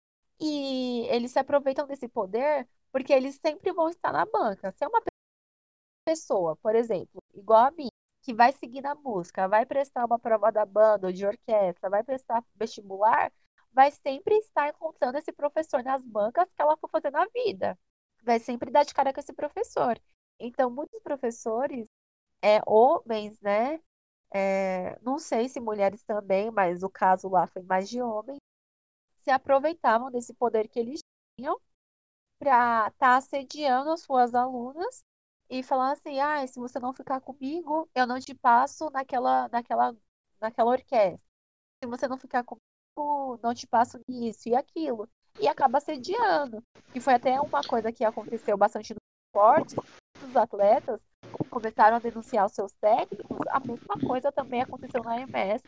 E eles se aproveitam desse poder porque eles sempre vão estar na banca. Se é uma pessoa, por exemplo, igual a mim, que vai seguir na música, vai prestar uma prova da banda ou de orquestra, vai prestar vestibular, vai sempre estar encontrando esse professor nas bancas que ela for fazer na vida. Vai sempre dar de cara com esse professor. Então, muitos professores, é, homens, né? É, não sei se mulheres também, mas o caso lá foi mais de homens, se aproveitavam desse poder que eles tinham para estar assediando as suas alunas e falar assim, ah, se você não ficar comigo, eu não te passo naquela, naquela, naquela orquestra. Se você não ficar comigo, não te passo nisso e aquilo. E acaba assediando. E foi até uma coisa que aconteceu bastante no esporte, os atletas começaram a denunciar os seus técnicos, a mesma coisa também aconteceu na M S.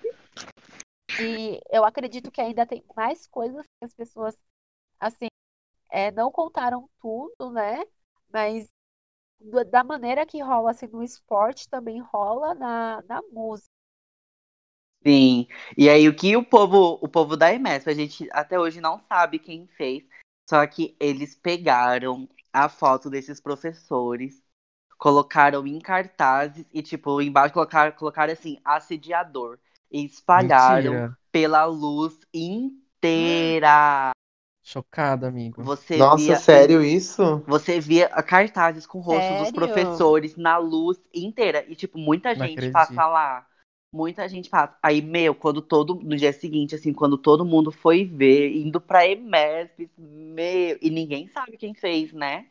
E eu acredito que ainda tem mais coisas que as pessoas, assim, é, não contaram tudo, né? Mas do- da maneira que rola assim no esporte, também rola na, na música. Sim. E aí, o que o povo, o povo da M E S P, a gente até hoje não sabe quem fez. Só que eles pegaram a foto desses professores, colocaram em cartazes e, tipo, embaixo colocaram, colocaram assim, assediador. E espalharam Mentira. pela luz inteira. Chocado, amigo. Você Nossa, via, eles, sério isso? você via cartazes com o rosto dos Sério? professores na luz inteira. E, tipo, muita Não gente passa acredito. lá. Muita gente passa. Aí, meu, quando todo. No dia seguinte, assim, quando todo mundo foi ver, indo pra E M E S P, meu. E ninguém sabe quem fez, né?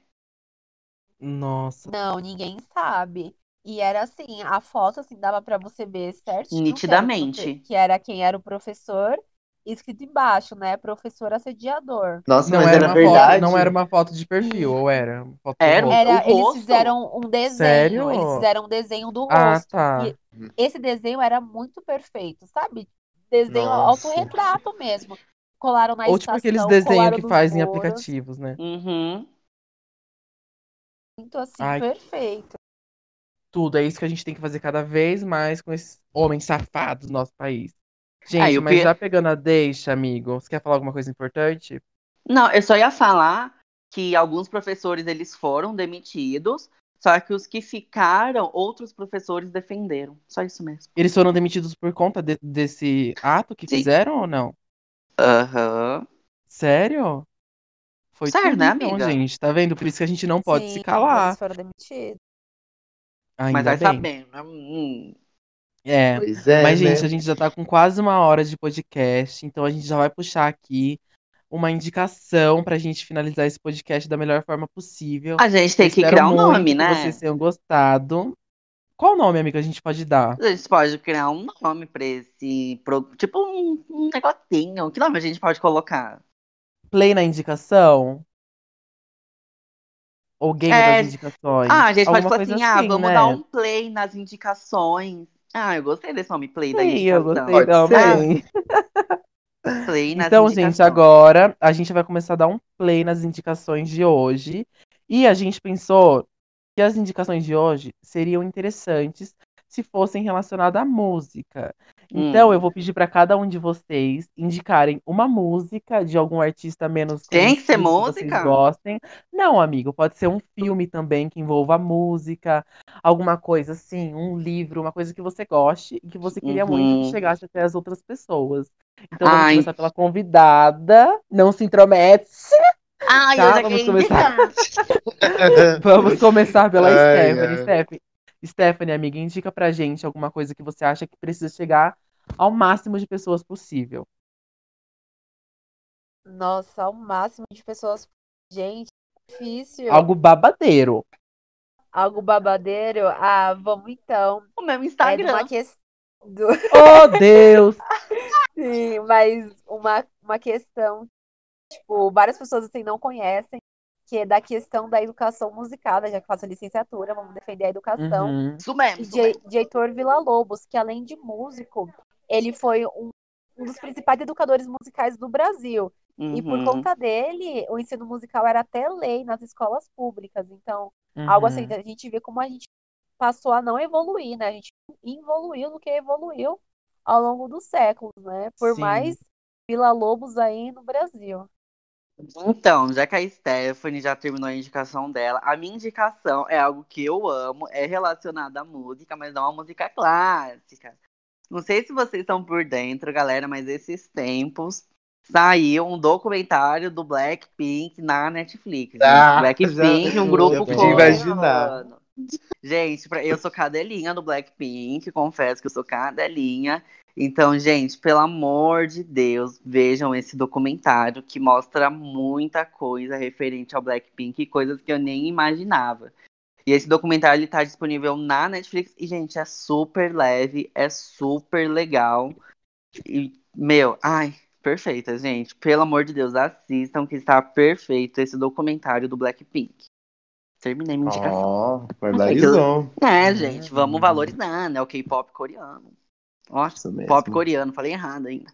Nossa. Não, ninguém sabe. E era assim, a foto assim dava para você ver certinho que era o profe... Nitidamente. que era quem era o professor, e escrito embaixo, né? Professor assediador. Nossa, Não mas era era uma foto, não era verdade? uma foto de perfil, E ou era uma foto do Era o, o rosto? era, eles rosto. fizeram um desenho, eles Sério? fizeram um desenho do Ah, rosto. tá. E esse desenho era muito perfeito, sabe? Desenho Nossa. autorretrato mesmo. Colaram na Ou tipo aqueles estação, desenhos colaram que nos fazem em muros. aplicativos, né? Uhum. Muito assim, Ai, perfeito. tudo. É isso que a gente tem que fazer cada vez mais com esses homens safados do nosso país. É, e Gente, o mas pi- já pegando a deixa, amigo, você quer falar alguma coisa importante? Não, eu só ia falar que alguns professores eles foram demitidos, só que os que ficaram, outros professores defenderam. Só isso mesmo. Eles foram demitidos por conta de- desse ato que Sim. fizeram ou não? Aham. Sério? Foi Sério, tudo né, então, amiga? gente. Tá vendo? Por isso que a gente não pode se Sim, calar. eles foram demitidos. Mas Ainda vai bem. sabendo. né? Hum. É. Pois é, Mas, né? gente, a gente já tá com quase uma hora de podcast, então a gente já vai puxar aqui uma indicação pra gente finalizar esse podcast da melhor forma possível. A gente Eu tem que espero criar um nome, muito que vocês né? tenham gostado. Qual nome, amiga, a gente pode dar? A gente pode criar um nome pra esse. pro- Tipo um, um negocinho. Que nome a gente pode colocar? Play na indicação? Ou game das É. indicações? Ah, a gente pode Alguma falar coisa assim: ah, assim, vamos dar né? um play nas indicações. Ah, eu gostei desse nome, play da Sim, eu indicação. gostei Pode ser. Ah, também. play nas Então, gente, indicações. agora a gente vai começar a dar um play nas indicações de hoje. E a gente pensou que as indicações de hoje seriam interessantes se fossem relacionadas à música. Então, eu Hum. vou pedir para cada um de vocês indicarem uma música de algum artista menos Tem que ser conhecido que vocês música? gostem. Não, amigo, pode ser um filme também que envolva música, alguma coisa assim, um livro, uma coisa que você goste e que você queria muito que Uhum. chegasse até as outras pessoas. Então vamos Ai, começar pela convidada. Não se intromete, ai, eu tá? já Vamos quero começar. indicar. Vamos começar pela Ai, Stephanie. ai. Stephanie, Stephanie, amiga, indica pra gente alguma coisa que você acha que precisa chegar ao máximo de pessoas possível. Nossa, ao máximo de pessoas. Gente, difícil. Algo babadeiro. Algo babadeiro? Ah, vamos então. O meu É de uma Instagram. questão. Oh, Deus! Sim, mas uma, uma questão, tipo, várias pessoas assim não conhecem, que é da questão da educação musical, né? Já que faço licenciatura, vamos defender a educação. Uhum. Isso mesmo, E isso de, mesmo. de Heitor Villa-Lobos, que além de músico, ele foi um, um dos principais educadores musicais do Brasil. E por Uhum. conta dele, o ensino musical era até lei nas escolas públicas. Então, algo assim, Uhum. a gente vê como a gente passou a não evoluir, né? A gente evoluiu do que evoluiu ao longo dos séculos, né? Por Sim. mais Villa-Lobos aí no Brasil. Então, já que a Stephanie já terminou a indicação dela, a minha indicação é algo que eu amo, é relacionado à música, mas não a música clássica. Não sei se vocês estão por dentro, galera, mas esses tempos saiu um documentário do Blackpink na Netflix, gente. Ah, já, Blackpink, um já grupo podia Tudo. imaginar. coreano. Gente, pra- eu sou cadelinha do Blackpink, confesso que eu sou cadelinha. Então, gente, pelo amor de Deus, vejam esse documentário que mostra muita coisa referente ao Blackpink e coisas que eu nem imaginava. E esse documentário ele tá disponível na Netflix e, gente, é super leve, é super legal. E, meu, ai, perfeita, gente. Pelo amor de Deus, assistam que está perfeito esse documentário do Blackpink. Terminei minha indicação. Ó, É, que, barbarizou. é, gente, vamos Hum. valorizar, né? O K-pop coreano. Ó, Isso pop mesmo. coreano, falei errado ainda.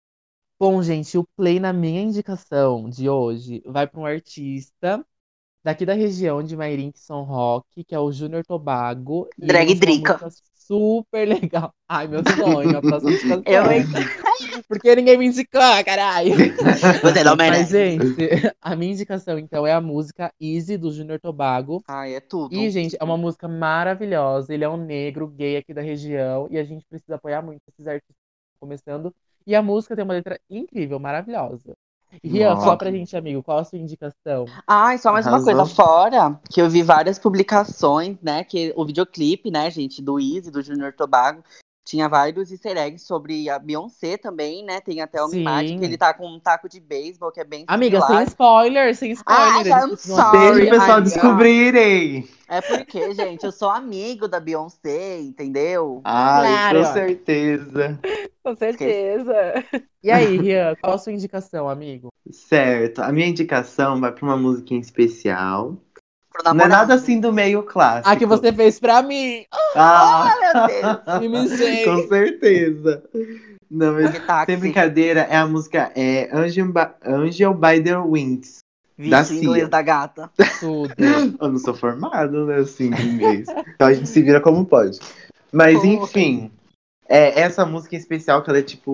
Bom, gente, o play na minha indicação de hoje vai para um artista daqui da região de Mairim, São Roque, que é o Júnior Tobago, e ele Drag lançou uma Drica. música super legal. Ai, meu sonho, a próxima Eu, indicação. Porque ninguém me indicou, caralho. Você não Mas, merece. gente, a minha indicação, então, é a música Easy, do Júnior Tobago. Ai, é E, tudo. gente, é uma música maravilhosa. Ele é um negro gay aqui da região, e a gente precisa apoiar muito esses artistas que estão começando. E a música tem uma letra incrível, maravilhosa. E Rian, fala Ó, pra gente, amigo, qual a sua indicação? Ai, só mais uma coisa, arrasou. fora que eu vi várias publicações, né? Que o videoclipe, né, gente, do Easy, do Junior Tobago, tinha vários easter eggs sobre a Beyoncé também, né? Tem até uma imagem que ele Sim. tá com um taco de beisebol, que é bem Amiga, sem similar. spoiler, sem Ai, spoiler. Eles I'm continuam a Deixa o sorry, pessoal amiga. descobrirem. É porque, gente, eu sou amigo da Beyoncé, entendeu? Ai, com Claro. certeza. Com Esqueci. certeza. E aí, Rian, qual a sua indicação, amigo? Certo. A minha indicação vai para uma música em especial. Pro Não é nada namorado. assim do meio clássico. A que você fez pra mim. Ah, Ai, meu Deus. Mimizei. com certeza. Não, mas Que sem táxi. brincadeira, é a música é Angel, Ba- Angel by the Winds, da Vixe, o inglês Cia. da gata. Tudo. Eu não sou formado, né, assim, em inglês. Então a gente se vira como pode. Mas, Oi. enfim, é essa música em especial que ela é, tipo,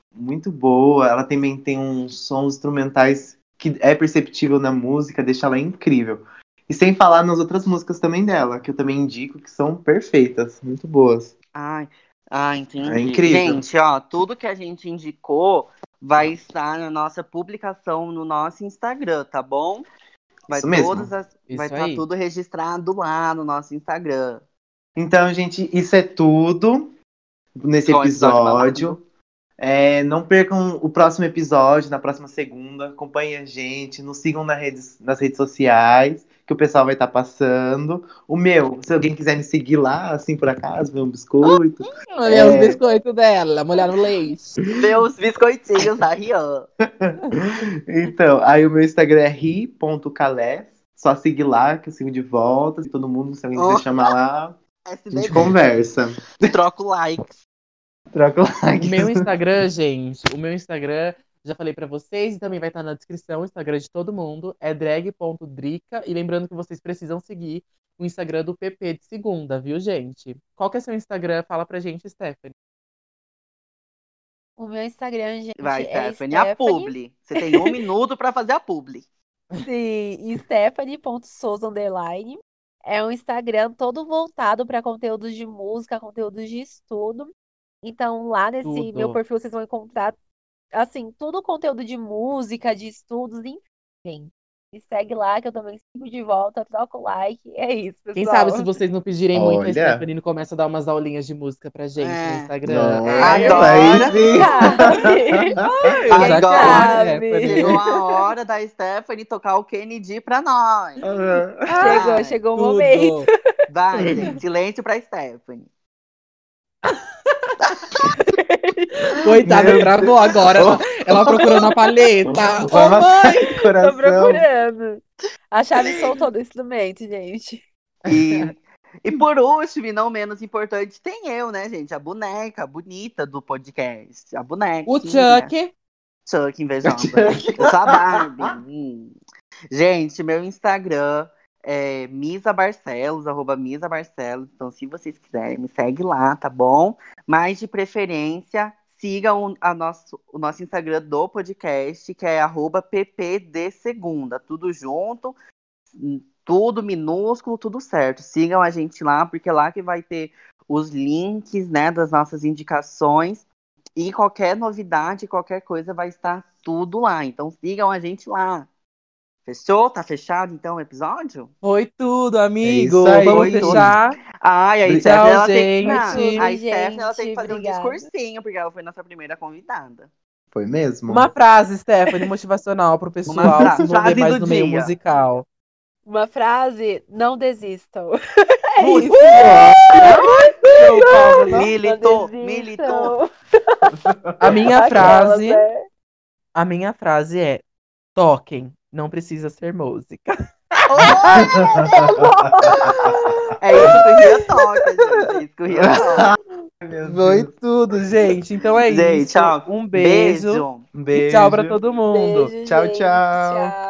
muito boa. Ela também tem uns sons instrumentais que é perceptível na música, deixa ela incrível. E sem falar nas outras músicas também dela, que eu também indico que são perfeitas, muito boas. Ai, ah, entendi. É incrível. Gente, ó, tudo que a gente indicou vai estar na nossa publicação no nosso Instagram, tá bom? Vai Isso mesmo. todas as, vai Isso estar aí. tudo registrado lá no nosso Instagram. Então, gente, isso é tudo nesse Com o episódio episódio. babado. É, não percam o próximo episódio, na próxima segunda. Acompanhem a gente, nos sigam na redes, nas redes sociais, que o pessoal vai estar passando. O meu, se alguém quiser me seguir lá, assim, por acaso, ver um biscoito. Olha os biscoitos dela, molhar no leite. Ver os biscoitinhos da Rian. Então, aí o meu Instagram é ri ponto calé. Só seguir lá, que eu sigo de volta. Todo mundo, se alguém quiser Oh. chamar lá, a gente S B B. conversa. Troca o like. Troca o O like. meu Instagram, gente, o meu Instagram, já falei pra vocês e também vai estar na descrição, o Instagram de todo mundo, é drag ponto drica. E lembrando que vocês precisam seguir o Instagram do P P de segunda, viu, gente? Qual que é seu Instagram? Fala pra gente, Stephanie. O meu Instagram, gente, Vai, é Stephanie, a Stephanie. publi. Você tem um minuto pra fazer a publi. Sim, stephanie ponto souza underline. É um Instagram todo voltado para conteúdos de música, conteúdos de estudo. Então, lá nesse Tudo. meu perfil, vocês vão encontrar, assim, tudo conteúdo de música, de estudos, enfim. Me segue lá, que eu também sigo de volta, troca o like. É isso, pessoal. Quem sabe se vocês não pedirem muito, a Olha. Stephanie não começa a dar umas aulinhas de música pra gente É. no Instagram. Olha, Agora- aí sim. Eu já Agora, quero, Stephanie. chegou a hora da Stephanie tocar o Kennedy pra nós. Chegou, Vai, chegou o Tudo. momento. Vai, gente. Silêncio pra Stephanie. Coitada, Meu travou agora. Ela, ela procurando a palheta. Vai Ô, matar mãe! o Tô coração. procurando. A chave soltou do instrumento, gente. E, e por último, e não menos importante, tem eu, né, gente? A boneca bonita do podcast. A boneca. O Chuck. Chuck invejosa. Eu sou a Barbie. Hum. Gente, meu Instagram é Misa Barcelos, arroba Misa Barcelos. Então, se vocês quiserem, me segue lá, tá bom? Mas, de preferência, sigam a nosso, o nosso Instagram do podcast, que é arroba ppdsegunda. Tudo junto, tudo minúsculo, tudo certo. Sigam a gente lá, porque é lá que vai ter os links, né, das nossas indicações. E qualquer novidade, qualquer coisa vai estar tudo lá. Então sigam a gente lá. Fechou? Tá fechado então o episódio? Foi tudo, amigo. É isso aí. Vamos Foi tudo. fechar. Ai, a Tchau, Stephanie, ela tem que. gente. Não, a Gente, Stephanie ela tem que fazer obrigada. um discursinho, porque ela foi nossa primeira convidada. Foi mesmo? Uma frase, Stephanie, motivacional pro pessoal fra- se envolver frase mais do no meio dia. musical. Uma frase, não desistam. É Muito isso. Militou, Não militou. desistam. A minha Aquelas, frase, né? a minha frase é: toquem, não precisa ser música. É isso que o Ria toca, gente. É isso que o Ria toca. Meu Foi Deus. tudo, gente. Então é Gente, isso. tchau. Um beijo. Beijo. Um E beijo. tchau pra todo mundo. Beijo, Tchau, gente. tchau. Tchau.